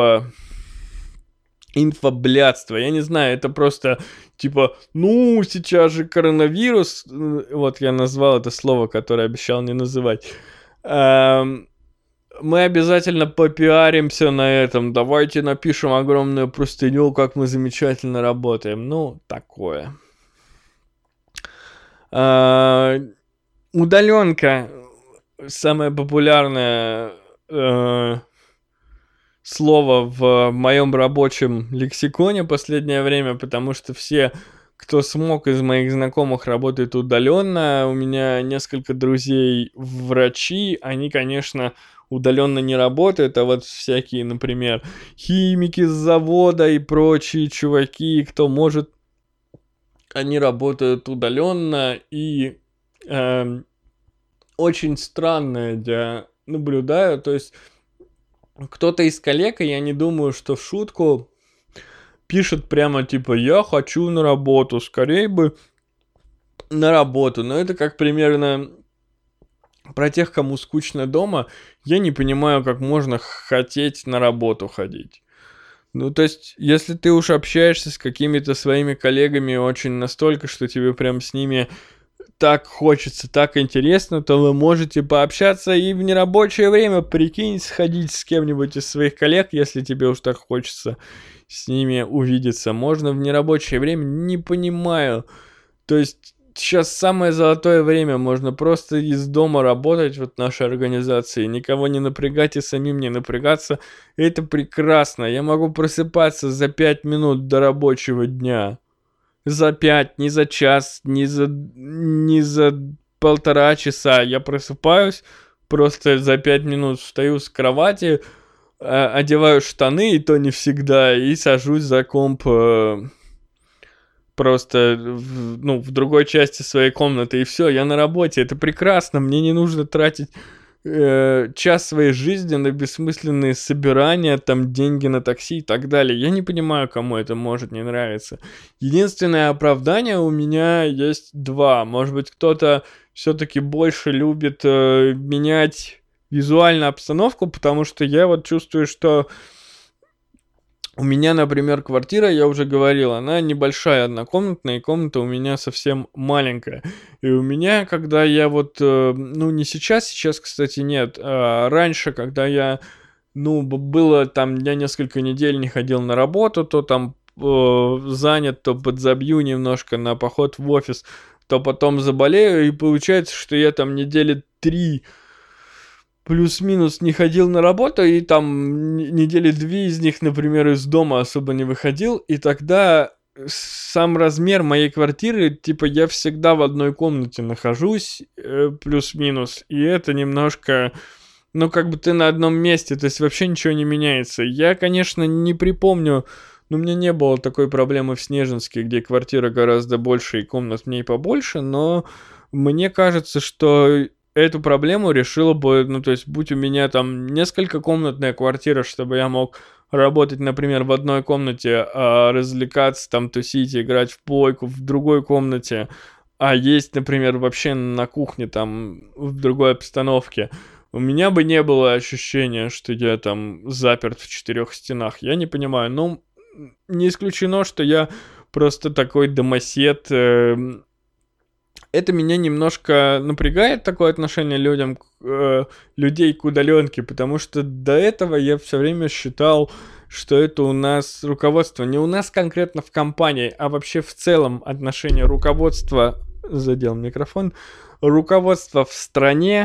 инфоблядство. Я не знаю, это просто типа, ну, сейчас же коронавирус, вот я назвал это слово, которое обещал не называть. Мы обязательно попиаримся на этом, давайте напишем огромную простыню, как мы замечательно работаем. Ну, такое. Удаленка самое популярное слово в моем рабочем лексиконе последнее время, потому что все, кто смог из моих знакомых, работают удаленно. У меня несколько друзей врачи, они, конечно, удаленно не работают, а вот всякие, например, химики с завода и прочие чуваки, кто может, они работают удаленно, и очень странное я наблюдаю, то есть кто-то из коллег, и я не думаю, что в шутку, пишет прямо типа «я хочу на работу, скорее бы на работу», но это как примерно про тех, кому скучно дома, я не понимаю, как можно хотеть на работу ходить. Ну, то есть, если ты уж общаешься с какими-то своими коллегами очень настолько, что тебе прям с ними так хочется, так интересно, то вы можете пообщаться и в нерабочее время, прикинь, сходить с кем-нибудь из своих коллег, если тебе уж так хочется с ними увидеться. Можно в нерабочее время, не понимаю. То есть, сейчас самое золотое время, можно просто из дома работать, вот нашей организации, никого не напрягать и самим не напрягаться. Это прекрасно. Я могу просыпаться за 5 минут до рабочего дня. За 5, не за час, не за 1,5 часа. Я просыпаюсь, просто за 5 минут встаю с кровати, одеваю штаны, и то не всегда, и сажусь за комп просто в другой части своей комнаты, и все, я на работе. Это прекрасно, мне не нужно тратить час своей жизни на бессмысленные собирания, там, деньги на такси и так далее. Я не понимаю, кому это может не нравиться. Единственное оправдание у меня есть два. Может быть, кто-то все-таки больше любит менять визуальную обстановку, потому что я вот чувствую, что у меня, например, квартира, я уже говорил, она небольшая, однокомнатная, и комната у меня совсем маленькая. И у меня, когда я вот, ну не сейчас, кстати, нет, а раньше, когда я, ну, было там, я несколько недель не ходил на работу, то там занят, то подзабью немножко на поход в офис, то потом заболею, и получается, что я там недели 3 плюс-минус не ходил на работу, и там недели 2 из них, например, из дома особо не выходил, и тогда сам размер моей квартиры, типа, я всегда в одной комнате нахожусь, плюс-минус, и это немножко, ну, как бы ты на одном месте, то есть вообще ничего не меняется. Я, конечно, не припомню, но у меня не было такой проблемы в Снежинске, где квартира гораздо больше и комнат в ней побольше, но мне кажется, что эту проблему решила бы, ну, то есть, будь у меня там несколькокомнатная квартира, чтобы я мог работать, например, в одной комнате, развлекаться, там, тусить, играть в плойку в другой комнате, а есть, например, вообще на кухне, там, в другой обстановке, у меня бы не было ощущения, что я там заперт в 4 стенах. Я не понимаю, ну, не исключено, что я просто такой домосед. Это меня немножко напрягает, такое отношение людей к удаленке, потому что до этого я все время считал, что это у нас руководство, не у нас конкретно в компании, а вообще в целом отношение руководства, задел микрофон, руководства в стране,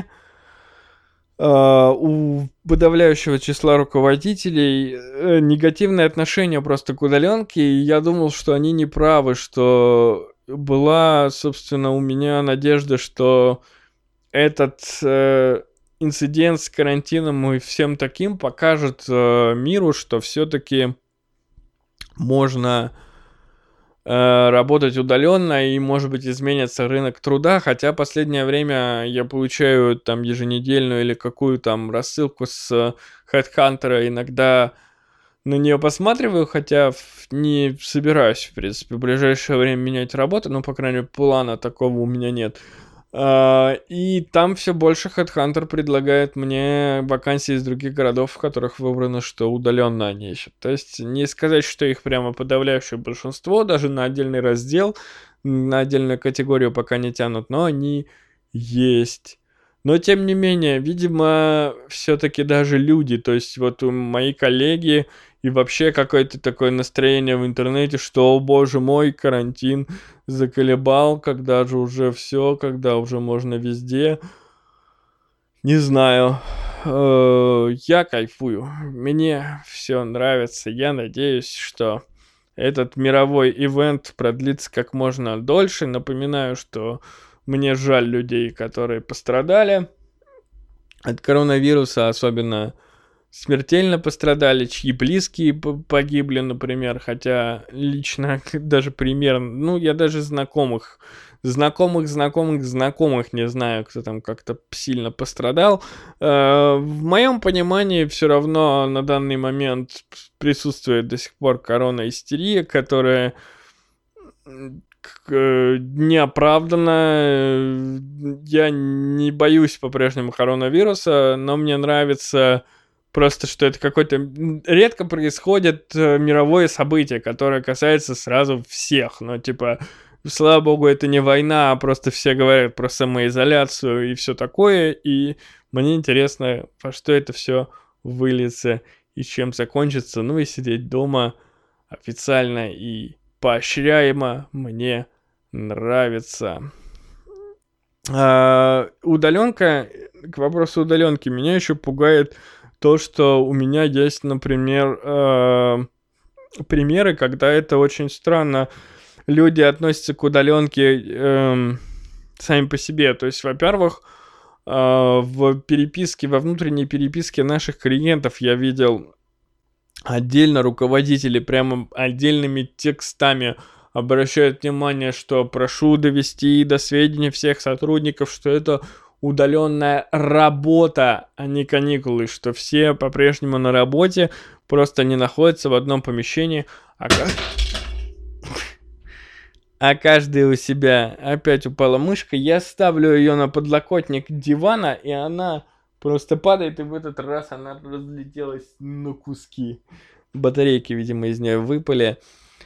у подавляющего числа руководителей негативное отношение просто к удаленке, и я думал, что они не правы, что была, собственно, у меня надежда, что этот инцидент с карантином и всем таким покажет миру, что все-таки можно работать удаленно и, может быть, изменится рынок труда, хотя последнее время я получаю там еженедельную или какую там рассылку с HeadHunter, иногда на нее посматриваю, хотя не собираюсь, в принципе, в ближайшее время менять работу, но, по крайней мере, плана такого у меня нет. И там все больше HeadHunter предлагает мне вакансии из других городов, в которых выбрано, что удаленно они ищут. То есть не сказать, что их прямо подавляющее большинство, даже на отдельный раздел, на отдельную категорию пока не тянут, но они есть. Но тем не менее, видимо, все-таки даже люди, то есть вот мои коллеги и вообще какое-то такое настроение в интернете, что, о боже мой, карантин заколебал, когда же уже все, когда уже можно везде. Не знаю. Я кайфую. Мне все нравится. Я надеюсь, что этот мировой ивент продлится как можно дольше. Напоминаю, что мне жаль людей, которые пострадали от коронавируса, особенно смертельно пострадали, чьи близкие погибли, например, хотя лично даже примерно, ну, я даже знакомых не знаю, кто там как-то сильно пострадал. В моем понимании все равно на данный момент присутствует до сих пор корона-истерия, которая неоправданно. Я не боюсь по-прежнему коронавируса, но мне нравится просто, что это какое-то редко происходит мировое событие, которое касается сразу всех. Но типа, слава богу, это не война, а просто все говорят про самоизоляцию и все такое. И мне интересно, во что это все выльется и чем закончится. Ну и сидеть дома официально и поощряемо мне нравится. Удаленка, к вопросу удаленки, меня еще пугает то, что у меня есть, например, примеры, когда это очень странно. Люди относятся к удаленке сами по себе. То есть, во-первых, в переписке, во внутренней переписке наших клиентов я видел отдельно руководители прямо отдельными текстами обращают внимание, что прошу довести до сведения всех сотрудников, что это удаленная работа, а не каникулы, что все по-прежнему на работе, просто не находятся в одном помещении, а каждый у себя. Опять упала мышка, я ставлю ее на подлокотник дивана, и она просто падает, и в этот раз она разлетелась на куски. Батарейки, видимо, из нее выпали.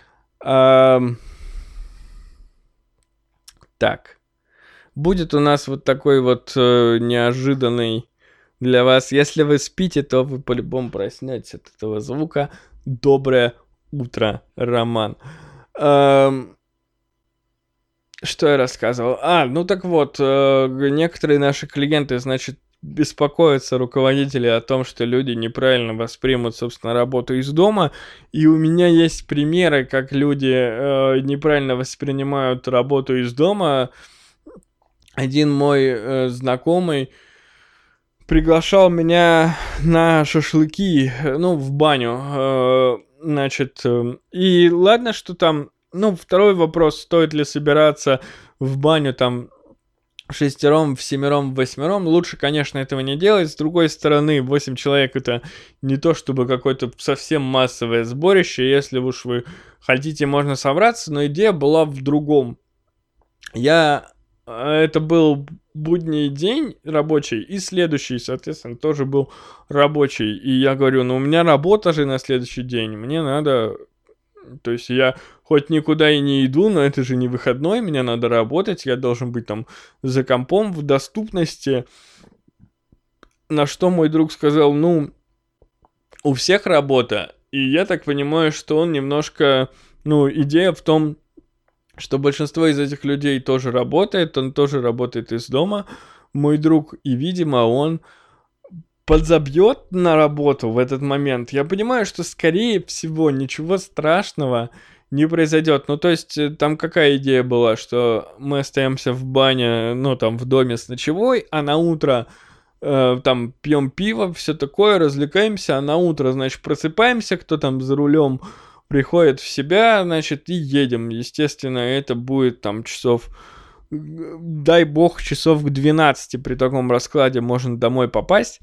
Так. Будет у нас вот такой вот неожиданный для вас. Если вы спите, то вы по-любому проснетесь от этого звука. Доброе утро, Роман. Что я рассказывал? Ну так вот, некоторые наши клиенты, значит, беспокоятся, руководители, о том, что люди неправильно воспримут, собственно, работу из дома. И у меня есть примеры, как люди неправильно воспринимают работу из дома. Один мой знакомый приглашал меня на шашлыки, в баню, значит, и ладно, что там, второй вопрос, стоит ли собираться в баню там шестером, всемером, восьмером, лучше, конечно, этого не делать. С другой стороны, 8 человек это не то чтобы какое-то совсем массовое сборище, если уж вы хотите, можно собраться, но идея была в другом. Это был будний день рабочий, и следующий, соответственно, тоже был рабочий. И я говорю, у меня работа же на следующий день, мне надо... То есть я хоть никуда и не иду, но это же не выходной, мне надо работать, я должен быть там за компом в доступности. На что мой друг сказал, у всех работа. И я так понимаю, что он немножко... идея в том, что большинство из этих людей тоже работает, он тоже работает из дома, мой друг, и, видимо, он подзабьет на работу в этот момент. Я понимаю, что, скорее всего, ничего страшного не произойдет. То есть, там какая идея была, что мы остаемся в бане, там, в доме с ночевой, а на утро там пьем пиво, все такое, развлекаемся, а на утро, значит, просыпаемся, кто там за рулем приходит в себя, значит, и едем. Естественно, это будет там часов, дай бог, часов к 12 при таком раскладе можно домой попасть.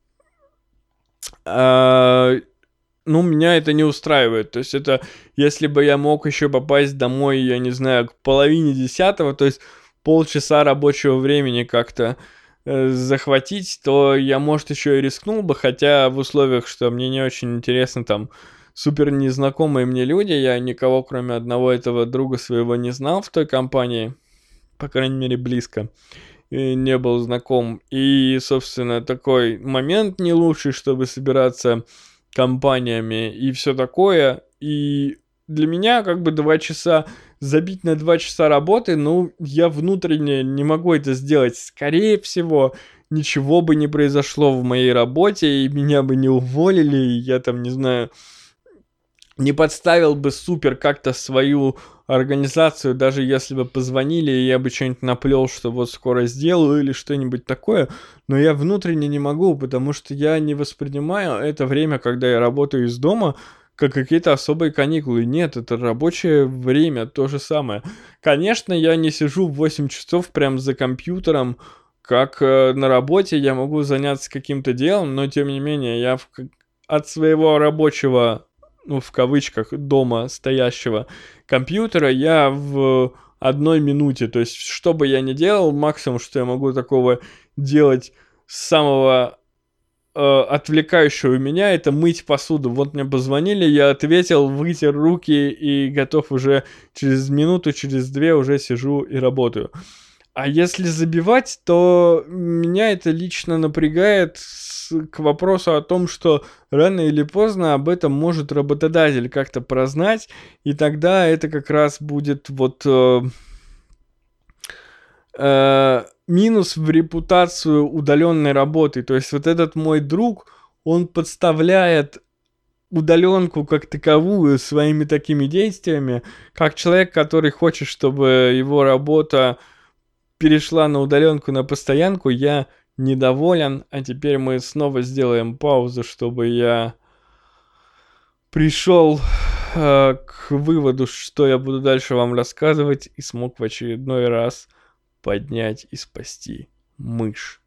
Меня это не устраивает. То есть это, если бы я мог еще попасть домой, я не знаю, к половине 10, то есть полчаса рабочего времени как-то захватить, то я, может, еще и рискнул бы, хотя в условиях, что мне не очень интересно там супер незнакомые мне люди, я никого, кроме одного этого друга своего, не знал в той компании, по крайней мере, близко, и не был знаком. И, собственно, такой момент не лучший, чтобы собираться компаниями и все такое. И для меня 2 часа, забить на 2 часа работы, я внутренне не могу это сделать. Скорее всего, ничего бы не произошло в моей работе, и меня бы не уволили, и я там, не знаю... не подставил бы супер как-то свою организацию, даже если бы позвонили, и я бы что-нибудь наплел, что вот скоро сделаю или что-нибудь такое, но я внутренне не могу, потому что я не воспринимаю это время, когда я работаю из дома, как какие-то особые каникулы. Нет, это рабочее время, то же самое. Конечно, я не сижу в 8 часов прям за компьютером, как на работе, я могу заняться каким-то делом, но тем не менее, я от своего рабочего, в кавычках, дома стоящего компьютера, я в 1 минуте, то есть, что бы я ни делал, максимум, что я могу такого делать самого отвлекающего меня, это мыть посуду. Вот мне позвонили, я ответил, вытер руки и готов уже через минуту, через 2 уже сижу и работаю. А если забивать, то меня это лично напрягает к вопросу о том, что рано или поздно об этом может работодатель как-то прознать, и тогда это как раз будет минус в репутацию удаленной работы. То есть вот этот мой друг, он подставляет удаленку как таковую своими такими действиями, как человек, который хочет, чтобы его работа перешла на удаленку, на постоянку, я недоволен, а теперь мы снова сделаем паузу, чтобы я пришел к выводу, что я буду дальше вам рассказывать, и смог в очередной раз поднять и спасти мышь.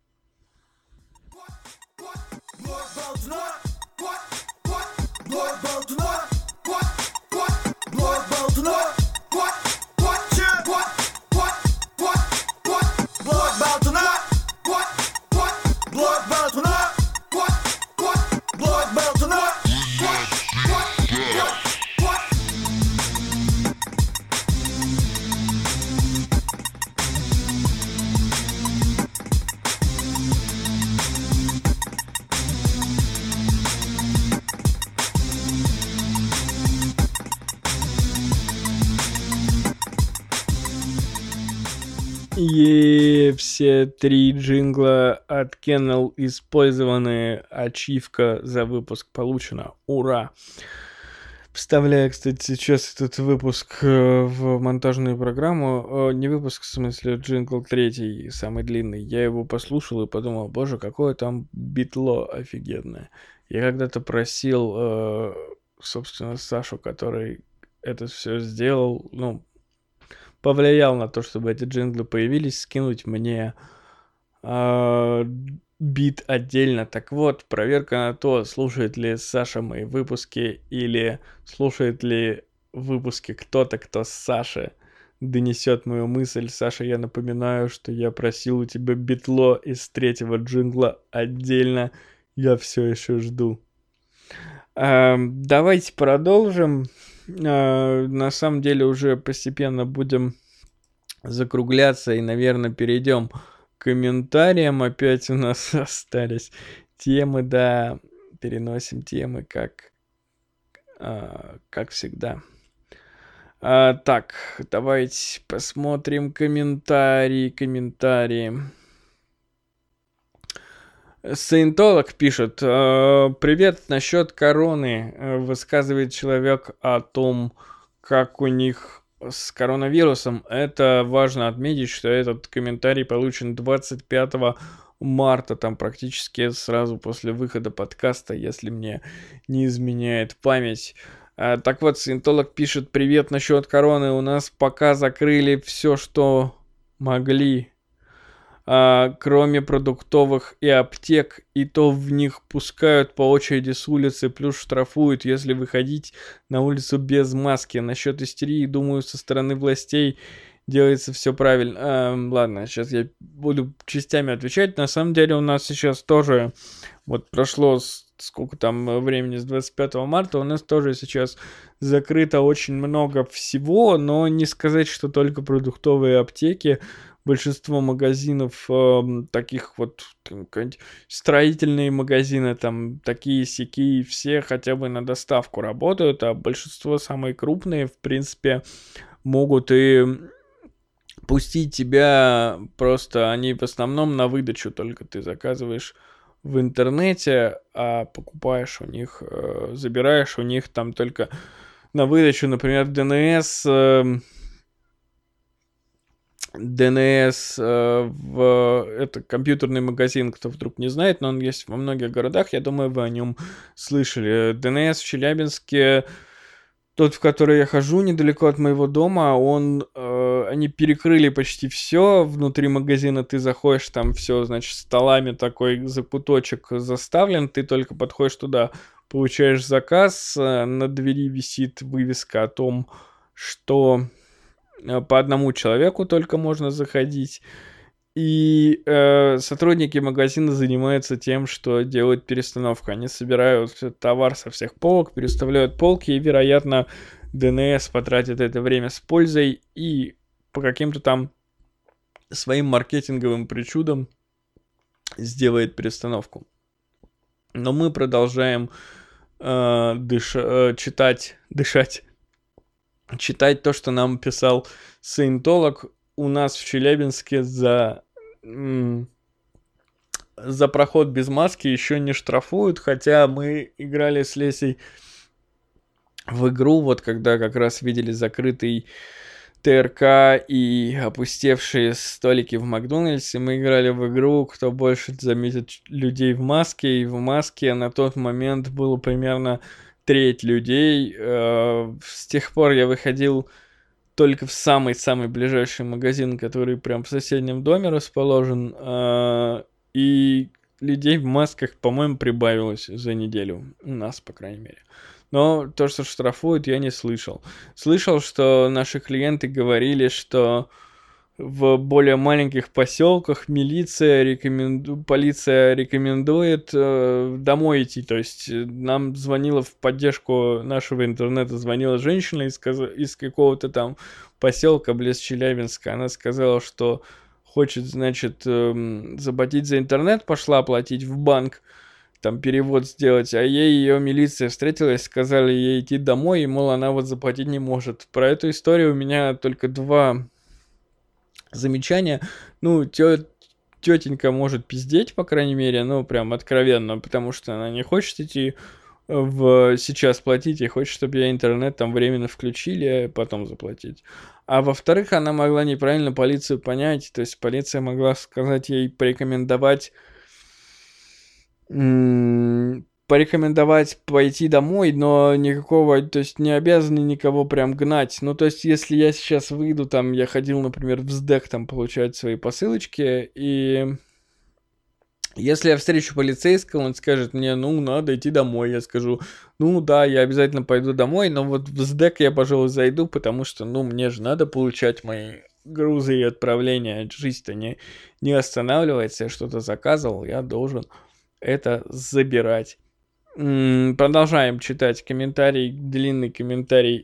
Все 3 джингла от Kennel использованы. Ачивка за выпуск получена. Ура! Вставляю, кстати, сейчас этот выпуск в монтажную программу. Не выпуск, в смысле, джингл 3, самый длинный. Я его послушал и подумал, боже, какое там битло офигенное. Я когда-то просил, собственно, Сашу, который это все сделал, повлиял на то, чтобы эти джинглы появились, скинуть мне бит отдельно. Так вот, проверка на то, слушает ли Саша мои выпуски или слушает ли выпуски кто-то, кто с Саши донесет мою мысль. Саша, я напоминаю, что я просил у тебя битло из 3-го джингла отдельно. Я все еще жду. Давайте продолжим. На самом деле уже постепенно будем закругляться и, наверное, перейдем к комментариям. Опять у нас остались темы, да, переносим темы, как всегда. Так, давайте посмотрим комментарии. Саентолог пишет: привет, насчет короны. Высказывает человек о том, как у них с коронавирусом. Это важно отметить, что этот комментарий получен 25 марта, там практически сразу после выхода подкаста, если мне не изменяет память. Так вот, Саентолог пишет: привет, насчет короны. У нас пока закрыли все, что могли, кроме продуктовых и аптек, и то в них пускают по очереди с улицы, плюс штрафуют, если выходить на улицу без маски. Насчет истерии, думаю, со стороны властей делается все правильно. Ладно, сейчас я буду частями отвечать. На самом деле у нас сейчас тоже, вот прошло сколько там времени, с 25 марта, у нас тоже сейчас закрыто очень много всего, но не сказать, что только продуктовые аптеки. Большинство магазинов, таких вот, строительные магазины, там, такие-сякие, все хотя бы на доставку работают, а большинство, самые крупные, в принципе, могут и пустить тебя, просто они в основном на выдачу, только ты заказываешь в интернете, а покупаешь у них, забираешь у них там только на выдачу, например, ДНС, это компьютерный магазин, кто вдруг не знает, но он есть во многих городах, я думаю, вы о нем слышали. ДНС в Челябинске, тот, в который я хожу, недалеко от моего дома, они перекрыли почти все. Внутри магазина ты заходишь, там все, значит, столами такой закуточек заставлен, ты только подходишь туда, получаешь заказ, на двери висит вывеска о том, что по одному человеку только можно заходить. И сотрудники магазина занимаются тем, что делают перестановку. Они собирают товар со всех полок, переставляют полки, и, вероятно, ДНС потратит это время с пользой и по каким-то там своим маркетинговым причудам сделает перестановку. Но мы продолжаем читать то, что нам писал Саентолог. У нас в Челябинске за проход без маски еще не штрафуют, хотя мы играли с Лесей в игру, вот когда как раз видели закрытый ТРК и опустевшие столики в Макдональдсе, мы играли в игру, кто больше заметит людей в маске, и в маске на тот момент было примерно треть людей. С тех пор я выходил только в самый-самый ближайший магазин, который прям в соседнем доме расположен, и людей в масках, по-моему, прибавилось за неделю. У нас, по крайней мере. Но то, что штрафуют, я не слышал. Слышал, что наши клиенты говорили, что в более маленьких поселках полиция рекомендует домой идти. То есть нам звонила в поддержку нашего интернета, звонила женщина из какого-то там поселка близ Челябинска. Она сказала, что хочет, значит, заплатить за интернет, пошла оплатить в банк, там перевод сделать, а ее милиция встретилась, сказали ей идти домой, и, мол, она вот заплатить не может. Про эту историю у меня только два замечания. Ну, тетенька может пиздеть, по крайней мере, ну, прям откровенно, потому что она не хочет идти сейчас платить, и хочет, чтобы я интернет там временно включили, а потом заплатить. А во-вторых, она могла неправильно полицию понять, то есть полиция могла сказать ей порекомендовать пойти домой, но никакого, то есть не обязаны никого прям гнать. Ну, то есть, если я сейчас выйду, там, я ходил, например, в СДЭК, там, получать свои посылочки, и если я встречу полицейского, он скажет мне, ну, надо идти домой, я скажу, ну, да, я обязательно пойду домой, но вот в СДЭК я, пожалуй, зайду, потому что, ну, мне же надо получать мои грузы и отправления, жизнь-то не останавливается, я что-то заказывал, я должен это забирать. Продолжаем читать комментарий, длинный комментарий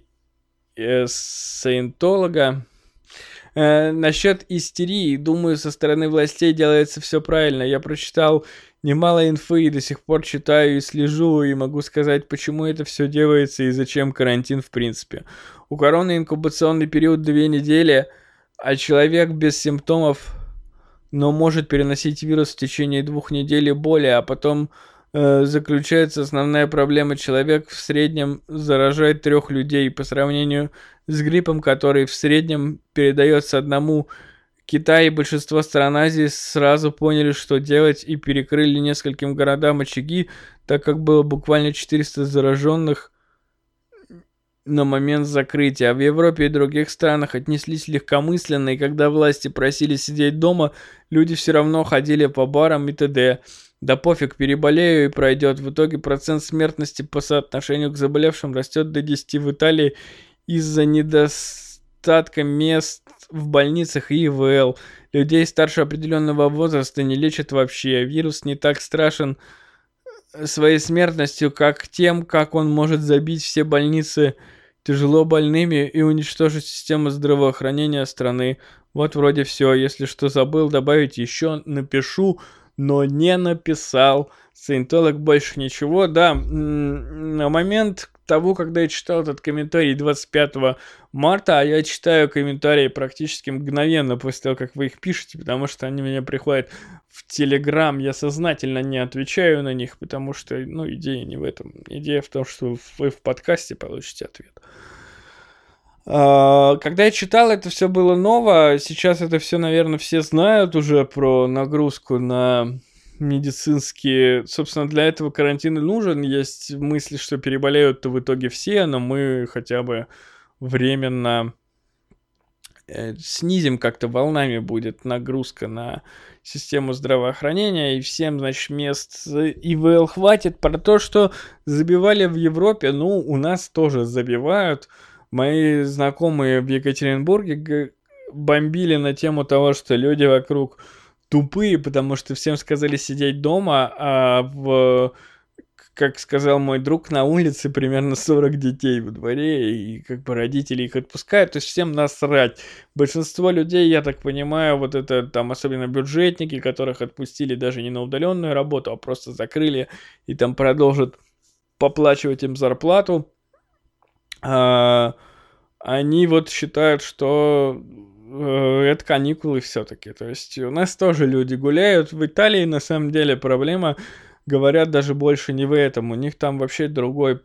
саентолога. Насчет истерии, думаю, со стороны властей делается все правильно. Я прочитал немало инфы и до сих пор читаю и слежу, и могу сказать, почему это все делается и зачем карантин в принципе. У короны инкубационный период 2 недели, а человек без симптомов, но может переносить вирус в течение 2 недель и более, а потом заключается основная проблема. Человек в среднем заражает 3 людей по сравнению с гриппом, который в среднем передается одному. Китай и большинство стран Азии сразу поняли, что делать, и перекрыли нескольким городам очаги, так как было буквально 400 зараженных на момент закрытия. А в Европе и других странах отнеслись легкомысленно, и когда власти просили сидеть дома, люди все равно ходили по барам и т.д. Да пофиг, переболею и пройдет. В итоге процент смертности по соотношению к заболевшим растет до 10 в Италии из-за недостатка мест в больницах и ИВЛ. Людей старше определенного возраста не лечат вообще. Вирус не так страшен своей смертностью, как тем, как он может забить все больницы тяжело больными и уничтожить систему здравоохранения страны. Вот вроде все. Если что забыл добавить, еще напишу, но не написал. Саентолог больше ничего. Да, на момент того, когда я читал этот комментарий 25 марта, а я читаю комментарии практически мгновенно после того, как вы их пишете, потому что они мне приходят в Телеграм, я сознательно не отвечаю на них, потому что, ну, идея не в этом. Идея в том, что вы в подкасте получите ответ. Когда я читал, это все было ново. Сейчас это все, наверное, все знают уже про нагрузку на медицинские. Собственно, для этого карантин и нужен. Есть мысли, что переболеют-то в итоге все, но мы хотя бы временно снизим, как-то волнами будет нагрузка на систему здравоохранения, и всем, значит, мест ИВЛ хватит. Про то, что забивали в Европе, ну, у нас тоже забивают. Мои знакомые в Екатеринбурге бомбили на тему того, что люди вокруг тупые, потому что всем сказали сидеть дома, а как сказал мой друг, на улице примерно 40 детей во дворе, и как бы родители их отпускают, то есть всем насрать. Большинство людей, я так понимаю, вот это там особенно бюджетники, которых отпустили даже не на удаленную работу, а просто закрыли и там продолжат поплачивать им зарплату, они вот считают, что это каникулы все-таки. То есть у нас тоже люди гуляют. В Италии на самом деле проблема, говорят, даже больше не в этом. У них там вообще другой.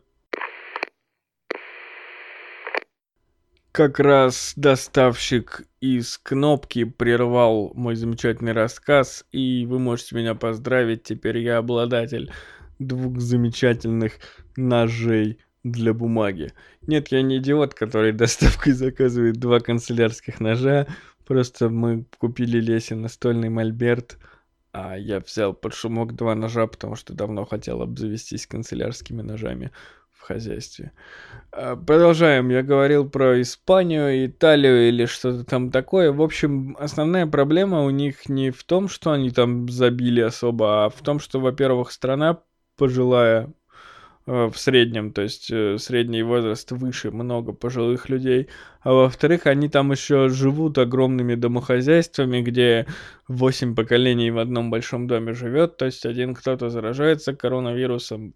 Как раз доставщик из Кнопки прервал мой замечательный рассказ, и вы можете меня поздравить. Теперь я обладатель 2 замечательных ножей для бумаги. Нет, я не идиот, который доставкой заказывает 2 канцелярских ножа. Просто мы купили Лесе настольный мольберт, а я взял под шумок 2 ножа, потому что давно хотел обзавестись канцелярскими ножами в хозяйстве. Продолжаем. Я говорил про Испанию, Италию или что-то там такое. В общем, основная проблема у них не в том, что они там забили особо, а в том, что, во-первых, страна пожилая в среднем, то есть средний возраст выше, много пожилых людей, а во-вторых, они там еще живут огромными домохозяйствами, где 8 поколений в одном большом доме живет, то есть один кто-то заражается коронавирусом,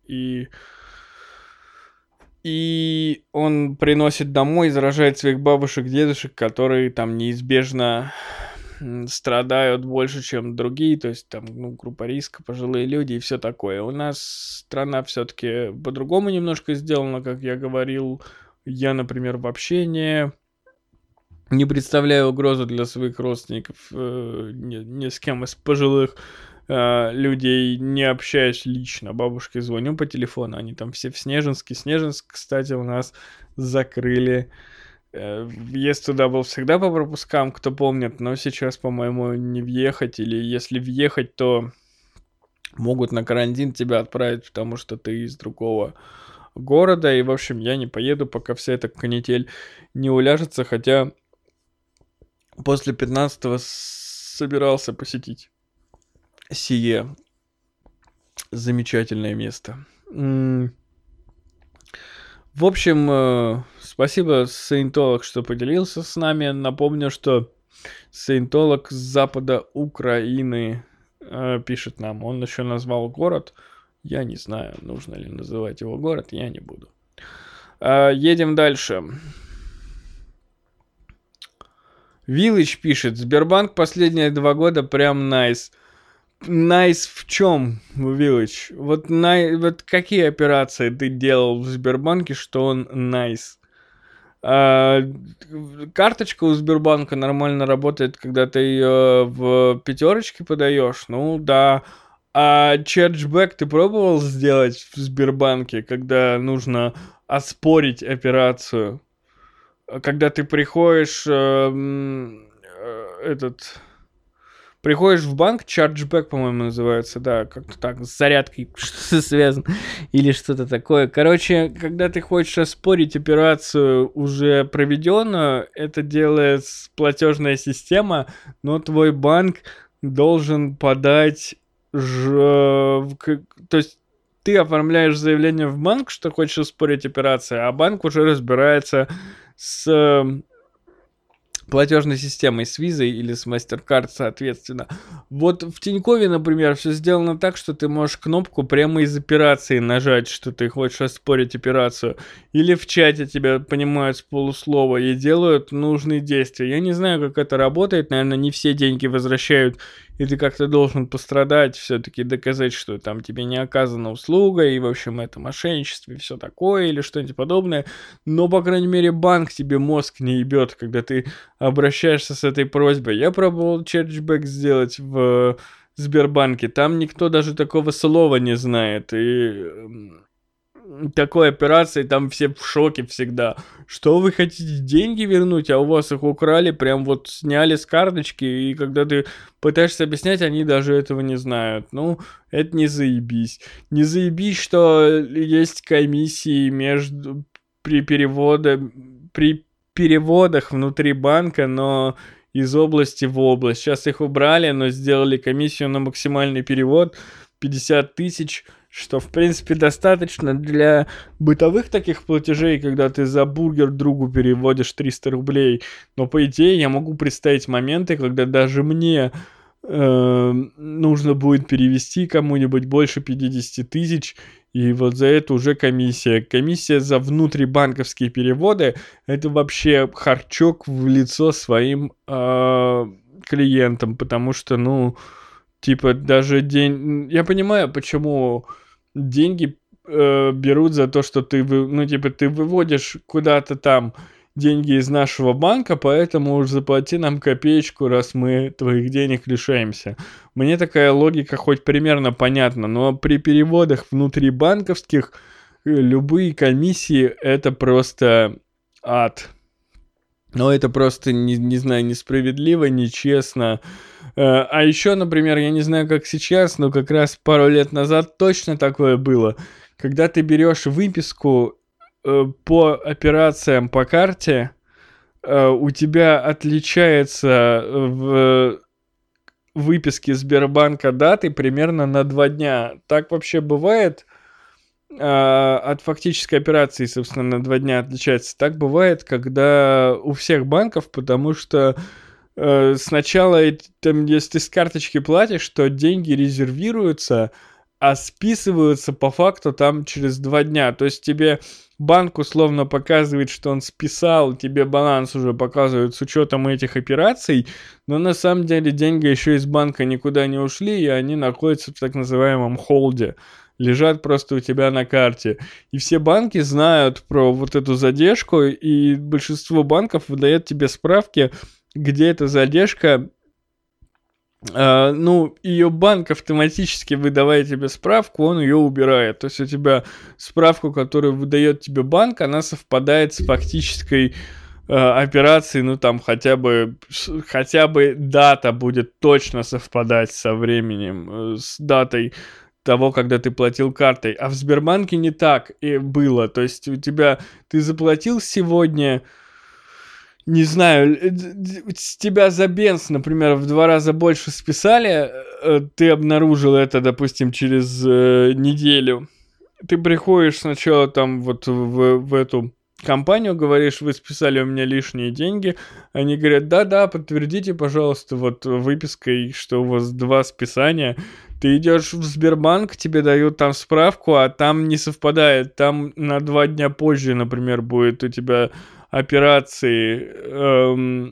и он приносит домой и заражает своих бабушек, дедушек, которые там неизбежно страдают больше, чем другие, то есть там, группа риска, пожилые люди и все такое. У нас страна все-таки по-другому немножко сделана, как я говорил. Я, например, вообще не представляю угрозу для своих родственников, ни с кем из пожилых людей не общаюсь лично. Бабушке звоню по телефону, они там все в Снежинске. Снежинск, кстати, у нас закрыли. Въезд туда был всегда по пропускам, кто помнит, но сейчас, по-моему, не въехать, или если въехать, то могут на карантин тебя отправить, потому что ты из другого города, и, в общем, я не поеду, пока вся эта канитель не уляжется, хотя после 15-го собирался посетить сие замечательное место. В общем, спасибо, Саентолог, что поделился с нами. Напомню, что Саентолог с запада Украины пишет нам. Он еще назвал город. Я не знаю, нужно ли называть его город, я не буду. Едем дальше. Village пишет. Сбербанк последние 2 года прям найс. Найс в чем, Village? Вот какие операции ты делал в Сбербанке, что он найс? Карточка у Сбербанка нормально работает, когда ты ее в 5 подаешь. Ну да. А чарджбэк ты пробовал сделать в Сбербанке, когда нужно оспорить операцию? Когда ты приходишь приходишь в банк, чарджбэк, по-моему, называется, да, как-то так, с зарядкой что-то связано, или что-то такое. Короче, когда ты хочешь оспорить операцию уже проведенную, это делает платежная система, но твой банк должен подать, то есть ты оформляешь заявление в банк, что хочешь оспорить операцию, а банк уже разбирается с платежной системой, с Visa или с MasterCard, соответственно. Вот в Тинькове, например, все сделано так, что ты можешь кнопку прямо из операции нажать, что ты хочешь оспорить операцию. Или в чате тебя понимают с полуслова и делают нужные действия. Я не знаю, как это работает. Наверное, не все деньги возвращают, и ты как-то должен пострадать, все-таки доказать, что там тебе не оказана услуга, и, в общем, это мошенничество и все такое, или что-нибудь подобное. Но, по крайней мере, банк тебе мозг не ебет, когда ты обращаешься с этой просьбой. Я пробовал чарджбэк сделать в Сбербанке. Там никто даже такого слова не знает. И такой операции там все в шоке всегда. Что вы хотите, деньги вернуть, а у вас их украли, прям вот сняли с карточки, и когда ты пытаешься объяснять, они даже этого не знают. Ну, это не заебись. Не заебись, что есть комиссии при переводах внутри банка, но из области в область. Сейчас их убрали, но сделали комиссию на максимальный перевод 50 тысяч, что, в принципе, достаточно для бытовых таких платежей, когда ты за бургер другу переводишь 300 рублей. Но, по идее, я могу представить моменты, когда даже мне нужно будет перевести кому-нибудь больше 50 тысяч, и вот за это уже комиссия. Комиссия за внутрибанковские переводы — это вообще харчок в лицо своим клиентам, потому что, ну, типа, даже я понимаю, почему деньги берут за то, что ты выводишь куда-то там деньги из нашего банка, поэтому уж заплати нам копеечку, раз мы твоих денег лишаемся. Мне такая логика хоть примерно понятна, но при переводах внутрибанковских любые комиссии — это просто ад. Но это просто, не знаю, несправедливо, нечестно. А еще, например, я не знаю, как сейчас, но как раз пару лет назад точно такое было. Когда ты берешь выписку по операциям по карте, у тебя отличается в выписке Сбербанка даты примерно на 2 дня. Так вообще бывает? От фактической операции, собственно, на 2 дня отличается. Так бывает, когда у всех банков, потому что сначала, там, если ты с карточки платишь, то деньги резервируются, а списываются по факту там через 2 дня. То есть тебе банк условно показывает, что он списал, тебе баланс уже показывает с учетом этих операций, но на самом деле деньги еще из банка никуда не ушли, и они находятся в так называемом холде, лежат просто у тебя на карте. И все банки знают про вот эту задержку, и большинство банков выдает тебе справки, где эта задержка. Ее банк автоматически, выдавая тебе справку, он ее убирает. То есть у тебя справку, которую выдает тебе банк, она совпадает с фактической операцией, ну там хотя бы дата будет точно совпадать со временем, с датой того, когда ты платил картой. А в Сбербанке не так и было. То есть ты заплатил сегодня, не знаю, с тебя за бенз, например, в 2 раза больше списали, ты обнаружил это, допустим, через неделю. Ты приходишь сначала там вот в эту компанию, говоришь, вы списали у меня лишние деньги. Они говорят, да, подтвердите, пожалуйста, вот выпиской, что у вас 2 списания. Ты идешь в Сбербанк, тебе дают там справку, а там не совпадает. Там на 2 дня позже, например, будет у тебя операции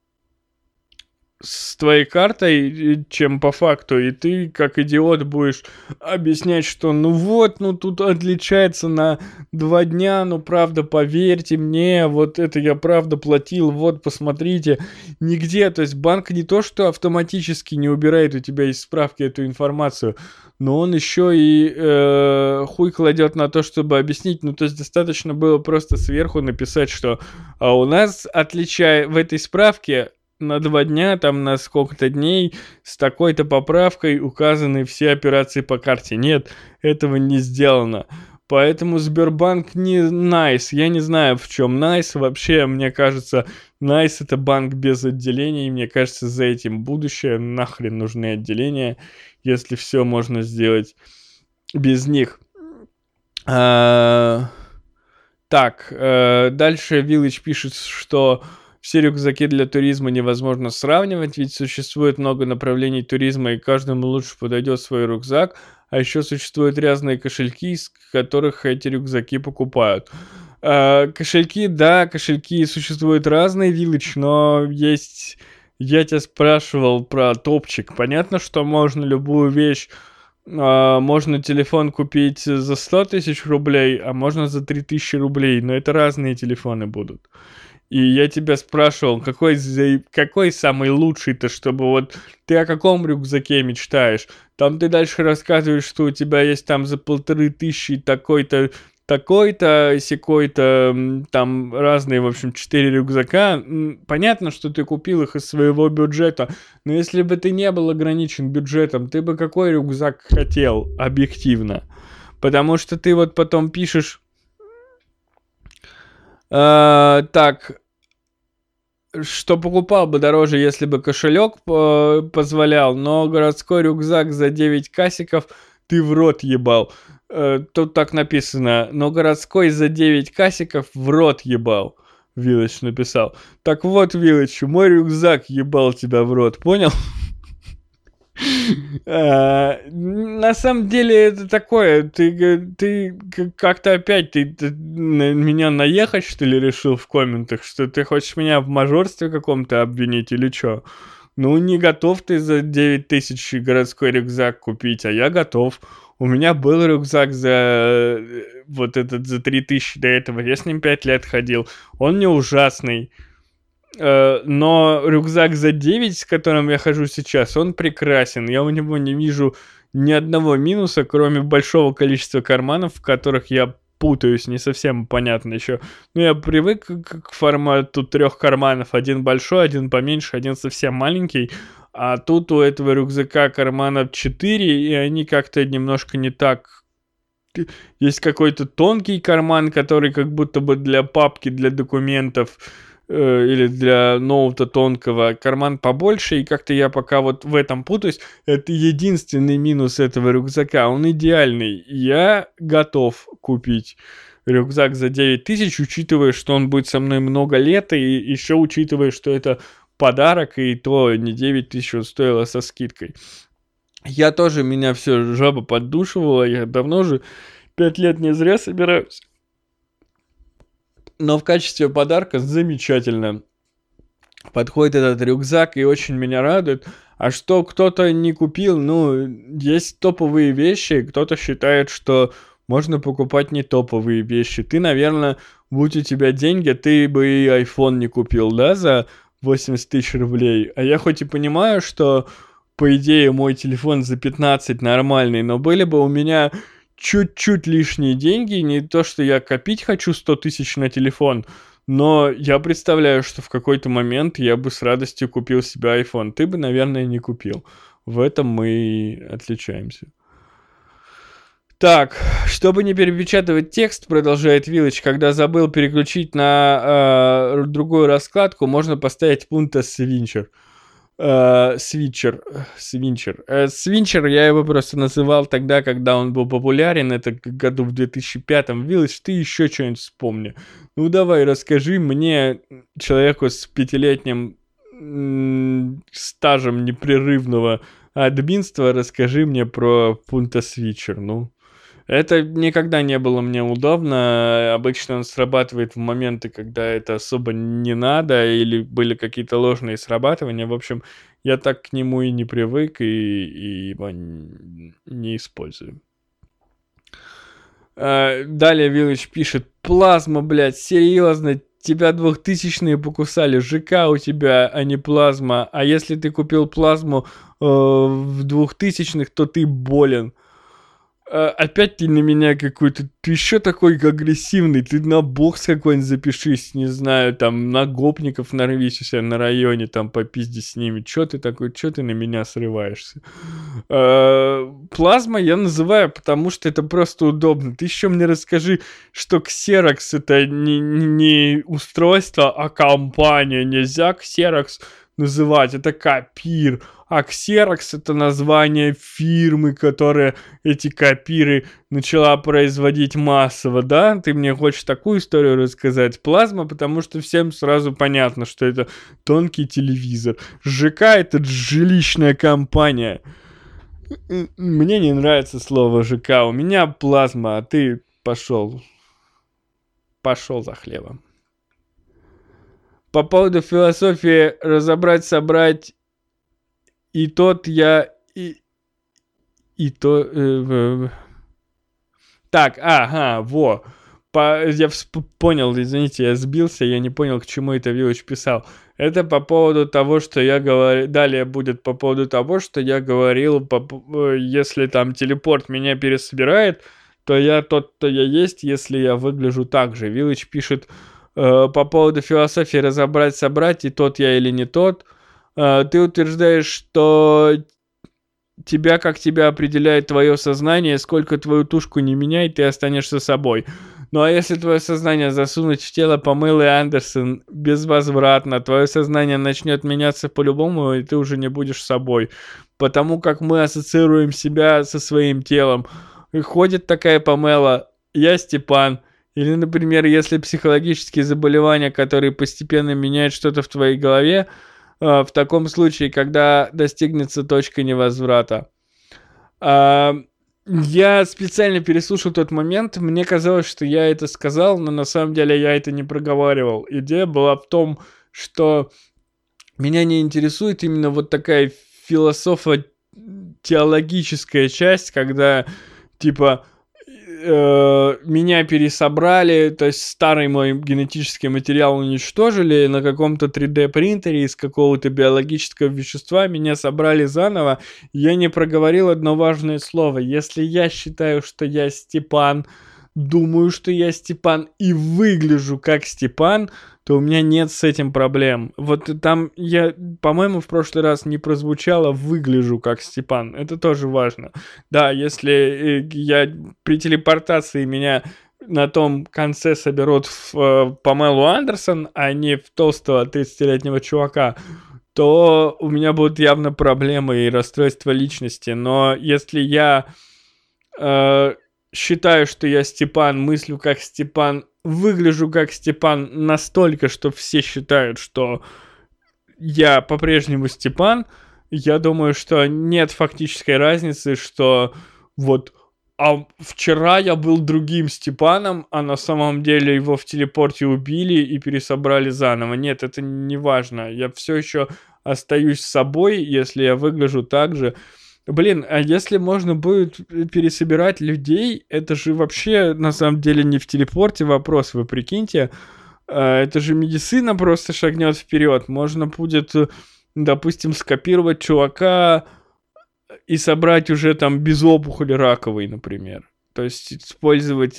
с твоей картой, чем по факту, и ты, как идиот, будешь объяснять, что тут отличается на 2 дня, правда, поверьте мне, вот это я правда платил, вот, посмотрите, нигде, то есть банк не то, что автоматически не убирает у тебя из справки эту информацию, но он еще и хуй кладет на то, чтобы объяснить, то есть достаточно было просто сверху написать, что у нас в этой справке на 2 дня, там на сколько-то дней с такой-то поправкой указаны все операции по карте. Нет, этого не сделано. Поэтому Сбербанк не nice. Я не знаю, в чем nice. Вообще, мне кажется, nice — это банк без отделений. Мне кажется, за этим будущее. Нахрен нужны отделения, если все можно сделать без них. Так, дальше Village пишет, что все рюкзаки для туризма невозможно сравнивать, ведь существует много направлений туризма, и каждому лучше подойдет свой рюкзак. А еще существуют разные кошельки, из которых эти рюкзаки покупают. Кошельки существуют разные, Village, но есть... Я тебя спрашивал про топчик. Понятно, что можно любую вещь... можно телефон купить за 100 тысяч рублей, а можно за 3000 рублей, но это разные телефоны будут. И я тебя спрашивал, какой самый лучший-то, чтобы вот ты о каком рюкзаке мечтаешь? Там ты дальше рассказываешь, что у тебя есть там за 1500 такой-то, секой-то, там разные, в общем, 4 рюкзака. Понятно, что ты купил их из своего бюджета, но если бы ты не был ограничен бюджетом, ты бы какой рюкзак хотел, объективно? Потому что ты вот потом пишешь... так, что покупал бы дороже, если бы кошелек позволял, но городской рюкзак за 9 касиков ты в рот ебал. Тут так написано, но городской за 9 касиков в рот ебал. Village написал. Так вот, Village, мой рюкзак ебал тебя в рот, понял? На самом деле это такое, ты как-то опять ты на меня наехать, что ли, решил в комментах, что ты хочешь меня в мажорстве каком-то обвинить или что? Не готов ты за 9000 городской рюкзак купить, а я готов. У меня был рюкзак за 3000 до этого, я с ним 5 лет ходил, он не ужасный. Но рюкзак за 9, с которым я хожу сейчас, он прекрасен. Я у него не вижу ни одного минуса, кроме большого количества карманов, в которых я путаюсь, не совсем понятно еще. Ну, я привык к формату 3 карманов. Один большой, один поменьше, один совсем маленький. А тут у этого рюкзака карманов 4, и они как-то немножко не так. Есть какой-то тонкий карман, который как будто бы для папки, для документов или для ноута тонкого. Карман побольше, и как-то я пока вот в этом путаюсь. Это единственный минус этого рюкзака. Он идеальный. Я готов купить рюкзак за 9000, учитывая, что он будет со мной много лет, и еще учитывая, что это подарок, и то не 9000 он стоило со скидкой. Я тоже, меня все жаба поддушивала, я давно же 5 лет не зря собираюсь. Но в качестве подарка замечательно подходит этот рюкзак, и очень меня радует. А что кто-то не купил, ну, есть топовые вещи, кто-то считает, что можно покупать не топовые вещи. Ты, наверное, будь у тебя деньги, ты бы и iPhone не купил, да, за 80 тысяч рублей. А я хоть и понимаю, что, по идее, мой телефон за 15 нормальный, но были бы у меня чуть-чуть лишние деньги, не то, что я копить хочу 100 тысяч на телефон, но я представляю, что в какой-то момент я бы с радостью купил себе iPhone. Ты бы, наверное, не купил. В этом мы и отличаемся. Так, чтобы не перепечатывать текст, продолжает Виллич, когда забыл переключить на другую раскладку, можно поставить пункта свинчер. Свинчер. Свинчер, я его просто называл тогда, когда он был популярен, это году в 2005-м. Виллич, ты еще что-нибудь вспомни. Ну давай, расскажи мне, человеку с 5-летним стажем непрерывного админства, расскажи мне про пункта свитчер, ну. Это никогда не было мне удобно. Обычно он срабатывает в моменты, когда это особо не надо, или были какие-то ложные срабатывания. В общем, я так к нему и не привык, и его не использую. Далее Виллич пишет: плазма, блядь, серьезно, тебя 2000-е покусали, ЖК у тебя, а не плазма. А если ты купил плазму в 2000-х, то ты болен. Опять ты на меня какой-то... Ты еще такой агрессивный. Ты на бокс какой-нибудь запишись. Не знаю, там, на гопников нарвись у себя на районе. Там, попизди с ними. Че ты такой? Че ты на меня срываешься? Плазма я называю, потому что это просто удобно. Ты еще мне расскажи, что Xerox это не устройство, а компания. Нельзя Xerox называть. Это копир. А Xerox это название фирмы, которая эти копиры начала производить массово, да? Ты мне хочешь такую историю рассказать? Плазма, потому что всем сразу понятно, что это тонкий телевизор. ЖК это жилищная компания. Мне не нравится слово ЖК. У меня плазма, а ты пошел за хлебом. По поводу философии разобрать, собрать. И тот я... И то... Так, ага, во. Я понял, извините, я сбился, я не понял, к чему это Виллич писал. Это по поводу того, что я говорил... Далее будет по поводу того, что я говорил, если там телепорт меня пересобирает, то я тот, кто я есть, если я выгляжу так же. Виллич пишет по поводу философии разобрать, собрать, и тот я или не тот. Ты утверждаешь, что тебя определяет твое сознание, сколько твою тушку не меняй, ты останешься собой. Ну а если твое сознание засунуть в тело Памелы Андерсон безвозвратно, твое сознание начнет меняться по-любому, и ты уже не будешь собой. Потому как мы ассоциируем себя со своим телом. И ходит такая Памела, я Степан. Или, например, если психологические заболевания, которые постепенно меняют что-то в твоей голове, в таком случае, когда достигнется точка невозврата. Я специально переслушал тот момент. Мне казалось, что я это сказал, но на самом деле я это не проговаривал. Идея была в том, что меня не интересует именно вот такая философо-теологическая часть, когда типа меня пересобрали, то есть старый мой генетический материал уничтожили на каком-то 3D принтере из какого-то биологического вещества, меня собрали заново. Я не проговорил одно важное слово. Если я считаю, что я Степан, думаю, что я Степан и выгляжу как Степан, то у меня нет с этим проблем. Вот там я, по-моему, в прошлый раз не прозвучало «выгляжу как Степан». Это тоже важно. Да, если я при телепортации меня на том конце соберут в Памелу Андерсон, а не в толстого 30-летнего чувака, то у меня будут явно проблемы и расстройства личности. Но если я считаю, что я Степан, мыслю как Степан, выгляжу как Степан настолько, что все считают, что я по-прежнему Степан, я думаю, что нет фактической разницы, что вот вчера я был другим Степаном, а на самом деле его в телепорте убили и пересобрали заново. Нет, это не важно. Я все еще остаюсь собой, если я выгляжу так же. Блин, а если можно будет пересобирать людей, это же вообще на самом деле не в телепорте вопрос, вы прикиньте. Это же медицина просто шагнет вперед. Можно будет, допустим, скопировать чувака и собрать уже там без опухоли раковой, например. То есть использовать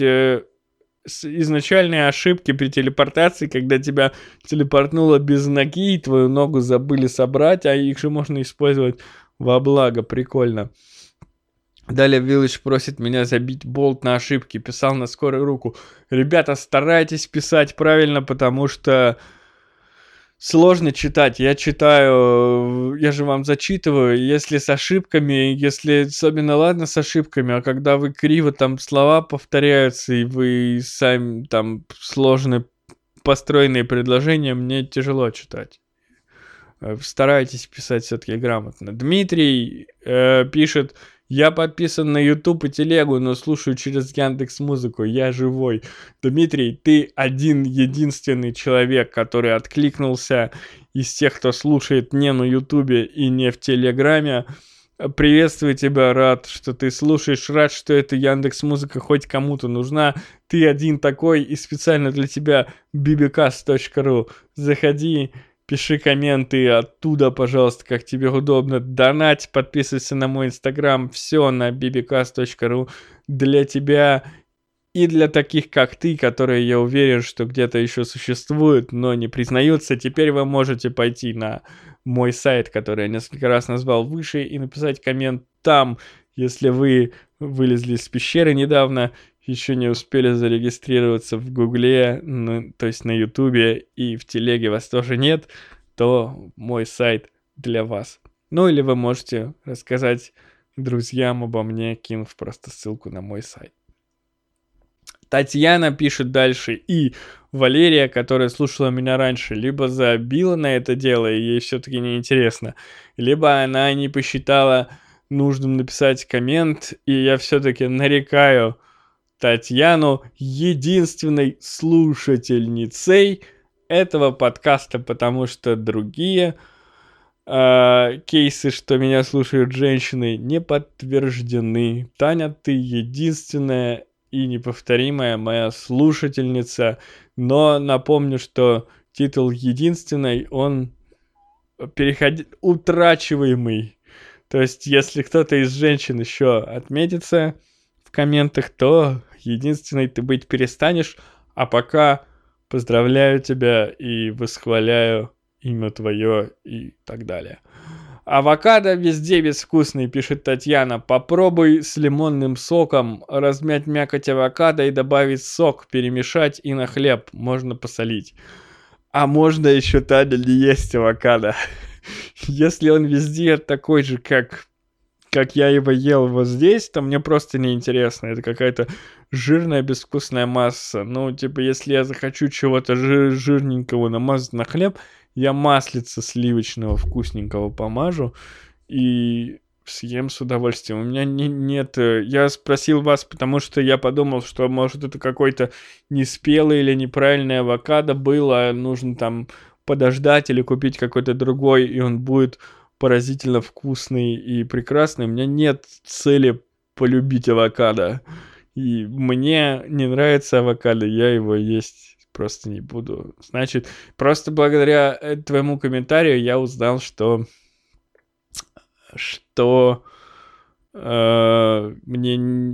изначальные ошибки при телепортации, когда тебя телепортнуло без ноги, и твою ногу забыли собрать, а их же можно использовать во благо. Прикольно. Далее Village просит меня забить болт на ошибки. Писал на скорую руку. Ребята, старайтесь писать правильно, потому что сложно читать. Я читаю, я же вам зачитываю, если с ошибками, если особенно ладно с ошибками, а когда вы криво там слова повторяются, и вы сами там сложно построенные предложения, мне тяжело читать. Старайтесь писать все-таки грамотно. Дмитрий пишет: я подписан на YouTube и Телегу, но слушаю через Яндекс.Музыку. Я живой. Дмитрий, ты единственный человек, который откликнулся из тех, кто слушает не на YouTube и не в Телеграме. Приветствую тебя, рад, что ты слушаешь, рад, что эта Яндекс.Музыка хоть кому-то нужна. Ты один такой, и специально для тебя bbcast.ru. Заходи, пиши комменты оттуда, пожалуйста, как тебе удобно. Донать, подписывайся на мой инстаграм. Все на bbcast.ru для тебя и для таких, как ты, которые, я уверен, что где-то еще существуют, но не признаются. Теперь вы можете пойти на мой сайт, который я несколько раз назвал выше, и написать коммент там, если вы вылезли из пещеры недавно, еще не успели зарегистрироваться в Гугле, то есть на Ютубе, и в Телеге вас тоже нет, то мой сайт для вас. Ну или вы можете рассказать друзьям обо мне, кинув просто ссылку на мой сайт. Татьяна пишет дальше, и Валерия, которая слушала меня раньше, либо забила на это дело, и ей все-таки неинтересно, либо она не посчитала нужным написать коммент, и я все-таки нарекаю Татьяну единственной слушательницей этого подкаста, потому что другие кейсы, что меня слушают женщины, не подтверждены. Таня, ты единственная и неповторимая моя слушательница, но напомню, что титул единственной, он утрачиваемый. То есть, если кто-то из женщин еще отметится в комментах, то единственной ты быть перестанешь, а пока поздравляю тебя и восхваляю имя твое и так далее. Авокадо везде безвкусный, пишет Татьяна. Попробуй с лимонным соком размять мякоть авокадо и добавить сок, перемешать и на хлеб. Можно посолить. А можно еще, Таня, не есть авокадо. Если он везде такой же, как я его ел вот здесь, то мне просто неинтересно. Это какая-то жирная, безвкусная масса. Ну, типа, если я захочу чего-то жирненького намазать на хлеб, я маслица сливочного вкусненького помажу и съем с удовольствием. У меня нет... Я спросил вас, потому что я подумал, что, может, это какой-то неспелый или неправильный авокадо был, а нужно там подождать или купить какой-то другой, и он будет поразительно вкусный и прекрасный. У меня нет цели полюбить авокадо. И мне не нравится авокадо, я его есть просто не буду. Значит, просто благодаря твоему комментарию я узнал, что мне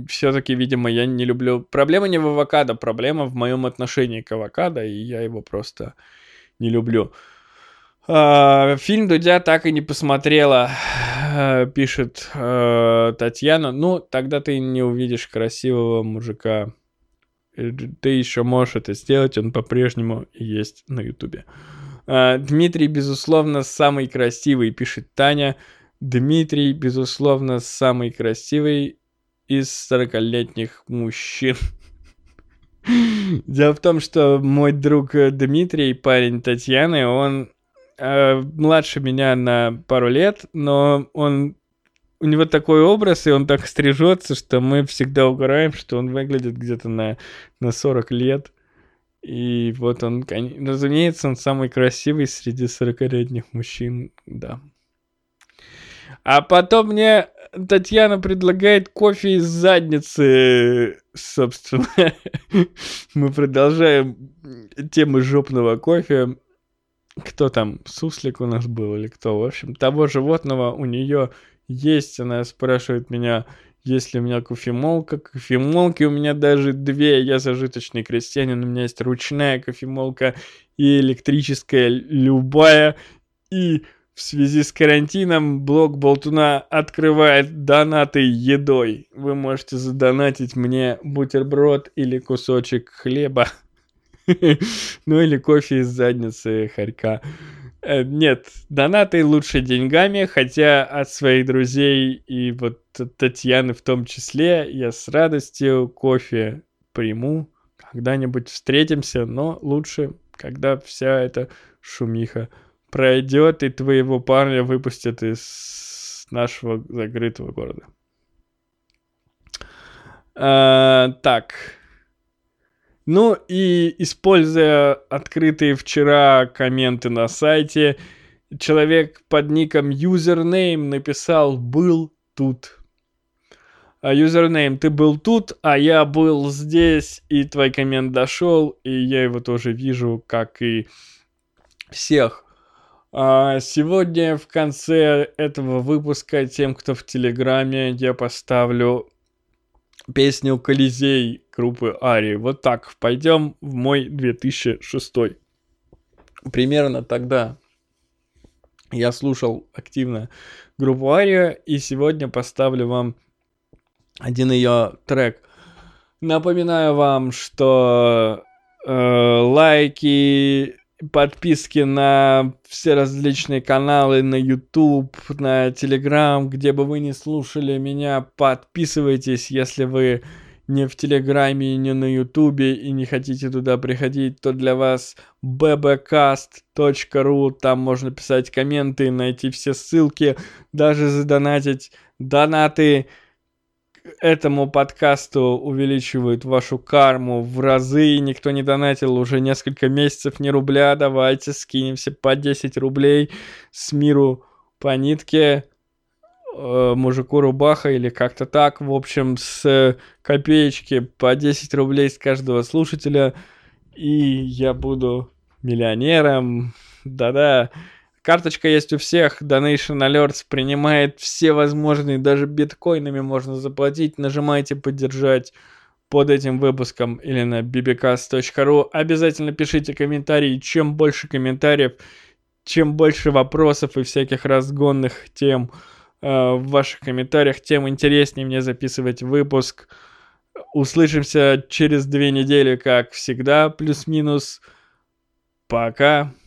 все-таки, видимо, я не люблю... Проблема не в авокадо, проблема в моем отношении к авокадо, и я его просто не люблю. Фильм Дудя так и не посмотрела, пишет Татьяна. Ну, тогда ты не увидишь красивого мужика. Ты еще можешь это сделать, он по-прежнему есть на Ютубе. Дмитрий, безусловно, самый красивый, пишет Таня. Дмитрий, безусловно, самый красивый из 40-летних мужчин. Дело в том, что мой друг Дмитрий, парень Татьяны, он младше меня на пару лет, но у него такой образ, и он так стрижется, что мы всегда угораем, что он выглядит где-то на 40 лет. И вот он, разумеется, он самый красивый среди 40-летних мужчин, да. А потом мне Татьяна предлагает кофе из задницы, собственно. Мы продолжаем тему жопного кофе. Кто там, суслик у нас был или кто? В общем, того животного у нее есть. Она спрашивает меня, есть ли у меня кофемолка. Кофемолки у меня даже 2. Я зажиточный крестьянин. У меня есть ручная кофемолка и электрическая, любая. И в связи с карантином блог Болтуна открывает донаты едой. Вы можете задонатить мне бутерброд или кусочек хлеба. Ну или кофе из задницы хорька. Нет, донаты лучше деньгами, хотя от своих друзей и вот Татьяны в том числе я с радостью кофе приму. Когда-нибудь встретимся, но лучше, когда вся эта шумиха пройдет и твоего парня выпустят из нашего закрытого города. Так. Ну и используя открытые вчера комменты на сайте, человек под ником Username написал «был тут». Username, ты был тут, а я был здесь, и твой коммент дошел, и я его тоже вижу, как и всех. Сегодня в конце этого выпуска тем, кто в Телеграме, я поставлю песню «Колизей» группы Арии. Вот так. Пойдем в мой 2006. Примерно тогда я слушал активно группу Ария, и сегодня поставлю вам один ее трек. Напоминаю вам, что лайки, подписки на все различные каналы, на YouTube, на Telegram, где бы вы ни слушали меня, подписывайтесь, если вы не в Телеграме, не на Ютубе и не хотите туда приходить, то для вас bbcast.ru, там можно писать комменты, найти все ссылки, даже задонатить. Донаты этому подкасту увеличивают вашу карму в разы. Никто не донатил уже несколько месяцев ни рубля. Давайте скинемся по 10 рублей с миру по нитке, мужику рубаха или как-то так. В общем, с копеечки по 10 рублей с каждого слушателя. И я буду миллионером. Да-да. Карточка есть у всех, Donation Alerts принимает все возможные, даже биткоинами можно заплатить. Нажимайте «Поддержать» под этим выпуском или на bbcast.ru. Обязательно пишите комментарии. Чем больше комментариев, чем больше вопросов и всяких разгонных тем в ваших комментариях, тем интереснее мне записывать выпуск. Услышимся через 2 недели, как всегда, плюс-минус. Пока.